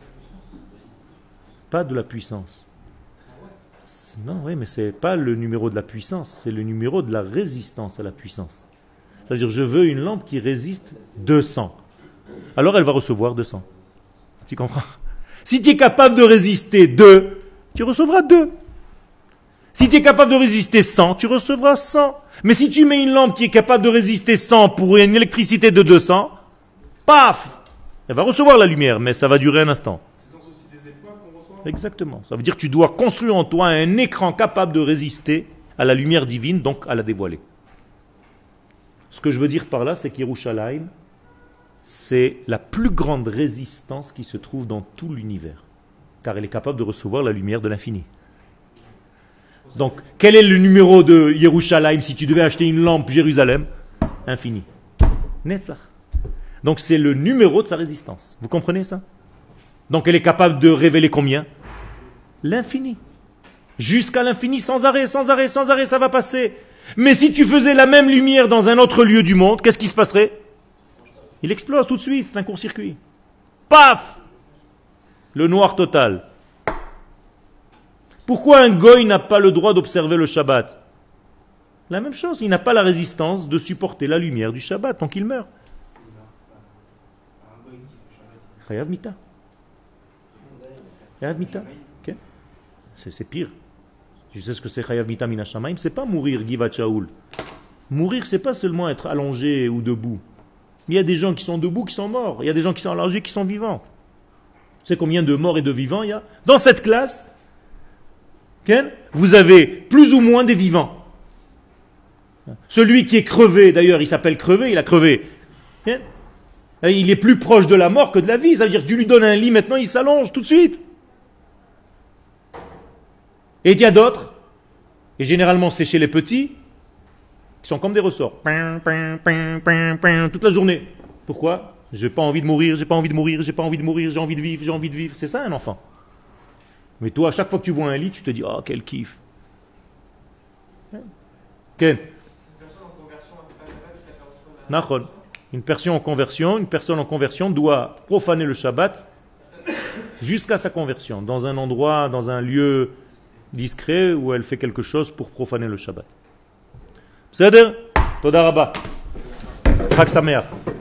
Speaker 1: Pas de la puissance. Non, oui, mais ce n'est pas le numéro de la puissance, c'est le numéro de la résistance à la puissance. C'est-à-dire, je veux une lampe qui résiste deux cents. Alors, elle va recevoir deux cents. Tu comprends? Si tu es capable de résister deux, tu recevras deux. Si tu es capable de résister cent, tu recevras cent. Mais si tu mets une lampe qui est capable de résister cent pour une électricité de deux cents, paf! Elle va recevoir la lumière, mais ça va durer un instant. Exactement. Ça veut dire que tu dois construire en toi un écran capable de résister à la lumière divine, donc à la dévoiler. Ce que je veux dire par là, c'est qu'Yerushalayim, c'est la plus grande résistance qui se trouve dans tout l'univers. Car elle est capable de recevoir la lumière de l'infini. Donc, quel est le numéro de Yerushalayim si tu devais acheter une lampe Jérusalem? Infini. Netzach. Donc, c'est le numéro de sa résistance. Vous comprenez ça? Donc, elle est capable de révéler combien? L'infini. Jusqu'à l'infini, sans arrêt, sans arrêt, sans arrêt, ça va passer. Mais si tu faisais la même lumière dans un autre lieu du monde, qu'est-ce qui se passerait? Il explose tout de suite, c'est un court-circuit. Paf! Le noir total. Pourquoi un goy n'a pas le droit d'observer le Shabbat? La même chose, il n'a pas la résistance de supporter la lumière du Shabbat, donc il meurt. Chayav mita. Chayav mita. Okay. C'est, c'est pire. Tu sais ce que c'est Chayav mita min hashamayim? C'est pas mourir Givat Shaul. Mourir, c'est pas seulement être allongé ou debout. Il y a des gens qui sont debout, qui sont morts. Il y a des gens qui sont allongés, qui sont vivants. Tu sais combien de morts et de vivants il y a? Dans cette classe, vous avez plus ou moins des vivants. Celui qui est crevé, d'ailleurs, il s'appelle crevé, il a crevé. Il est plus proche de la mort que de la vie. Ça veut dire que tu lui donnes un lit, maintenant il s'allonge tout de suite. Et il y a d'autres, et généralement c'est chez les petits, qui sont comme des ressorts. Toute la journée. Pourquoi? J'ai pas envie de mourir, j'ai pas envie de mourir, j'ai pas envie de mourir, j'ai envie de vivre, j'ai envie de vivre. C'est ça un enfant. Mais toi, à chaque fois que tu vois un lit, tu te dis, oh, quel kiff. Quel? Une personne en conversion, une personne en conversion doit profaner le Shabbat jusqu'à sa conversion, dans un endroit, dans un lieu discret où elle fait quelque chose pour profaner le Shabbat. C'est-à-dire, Toda Rabba, Chag Sameach.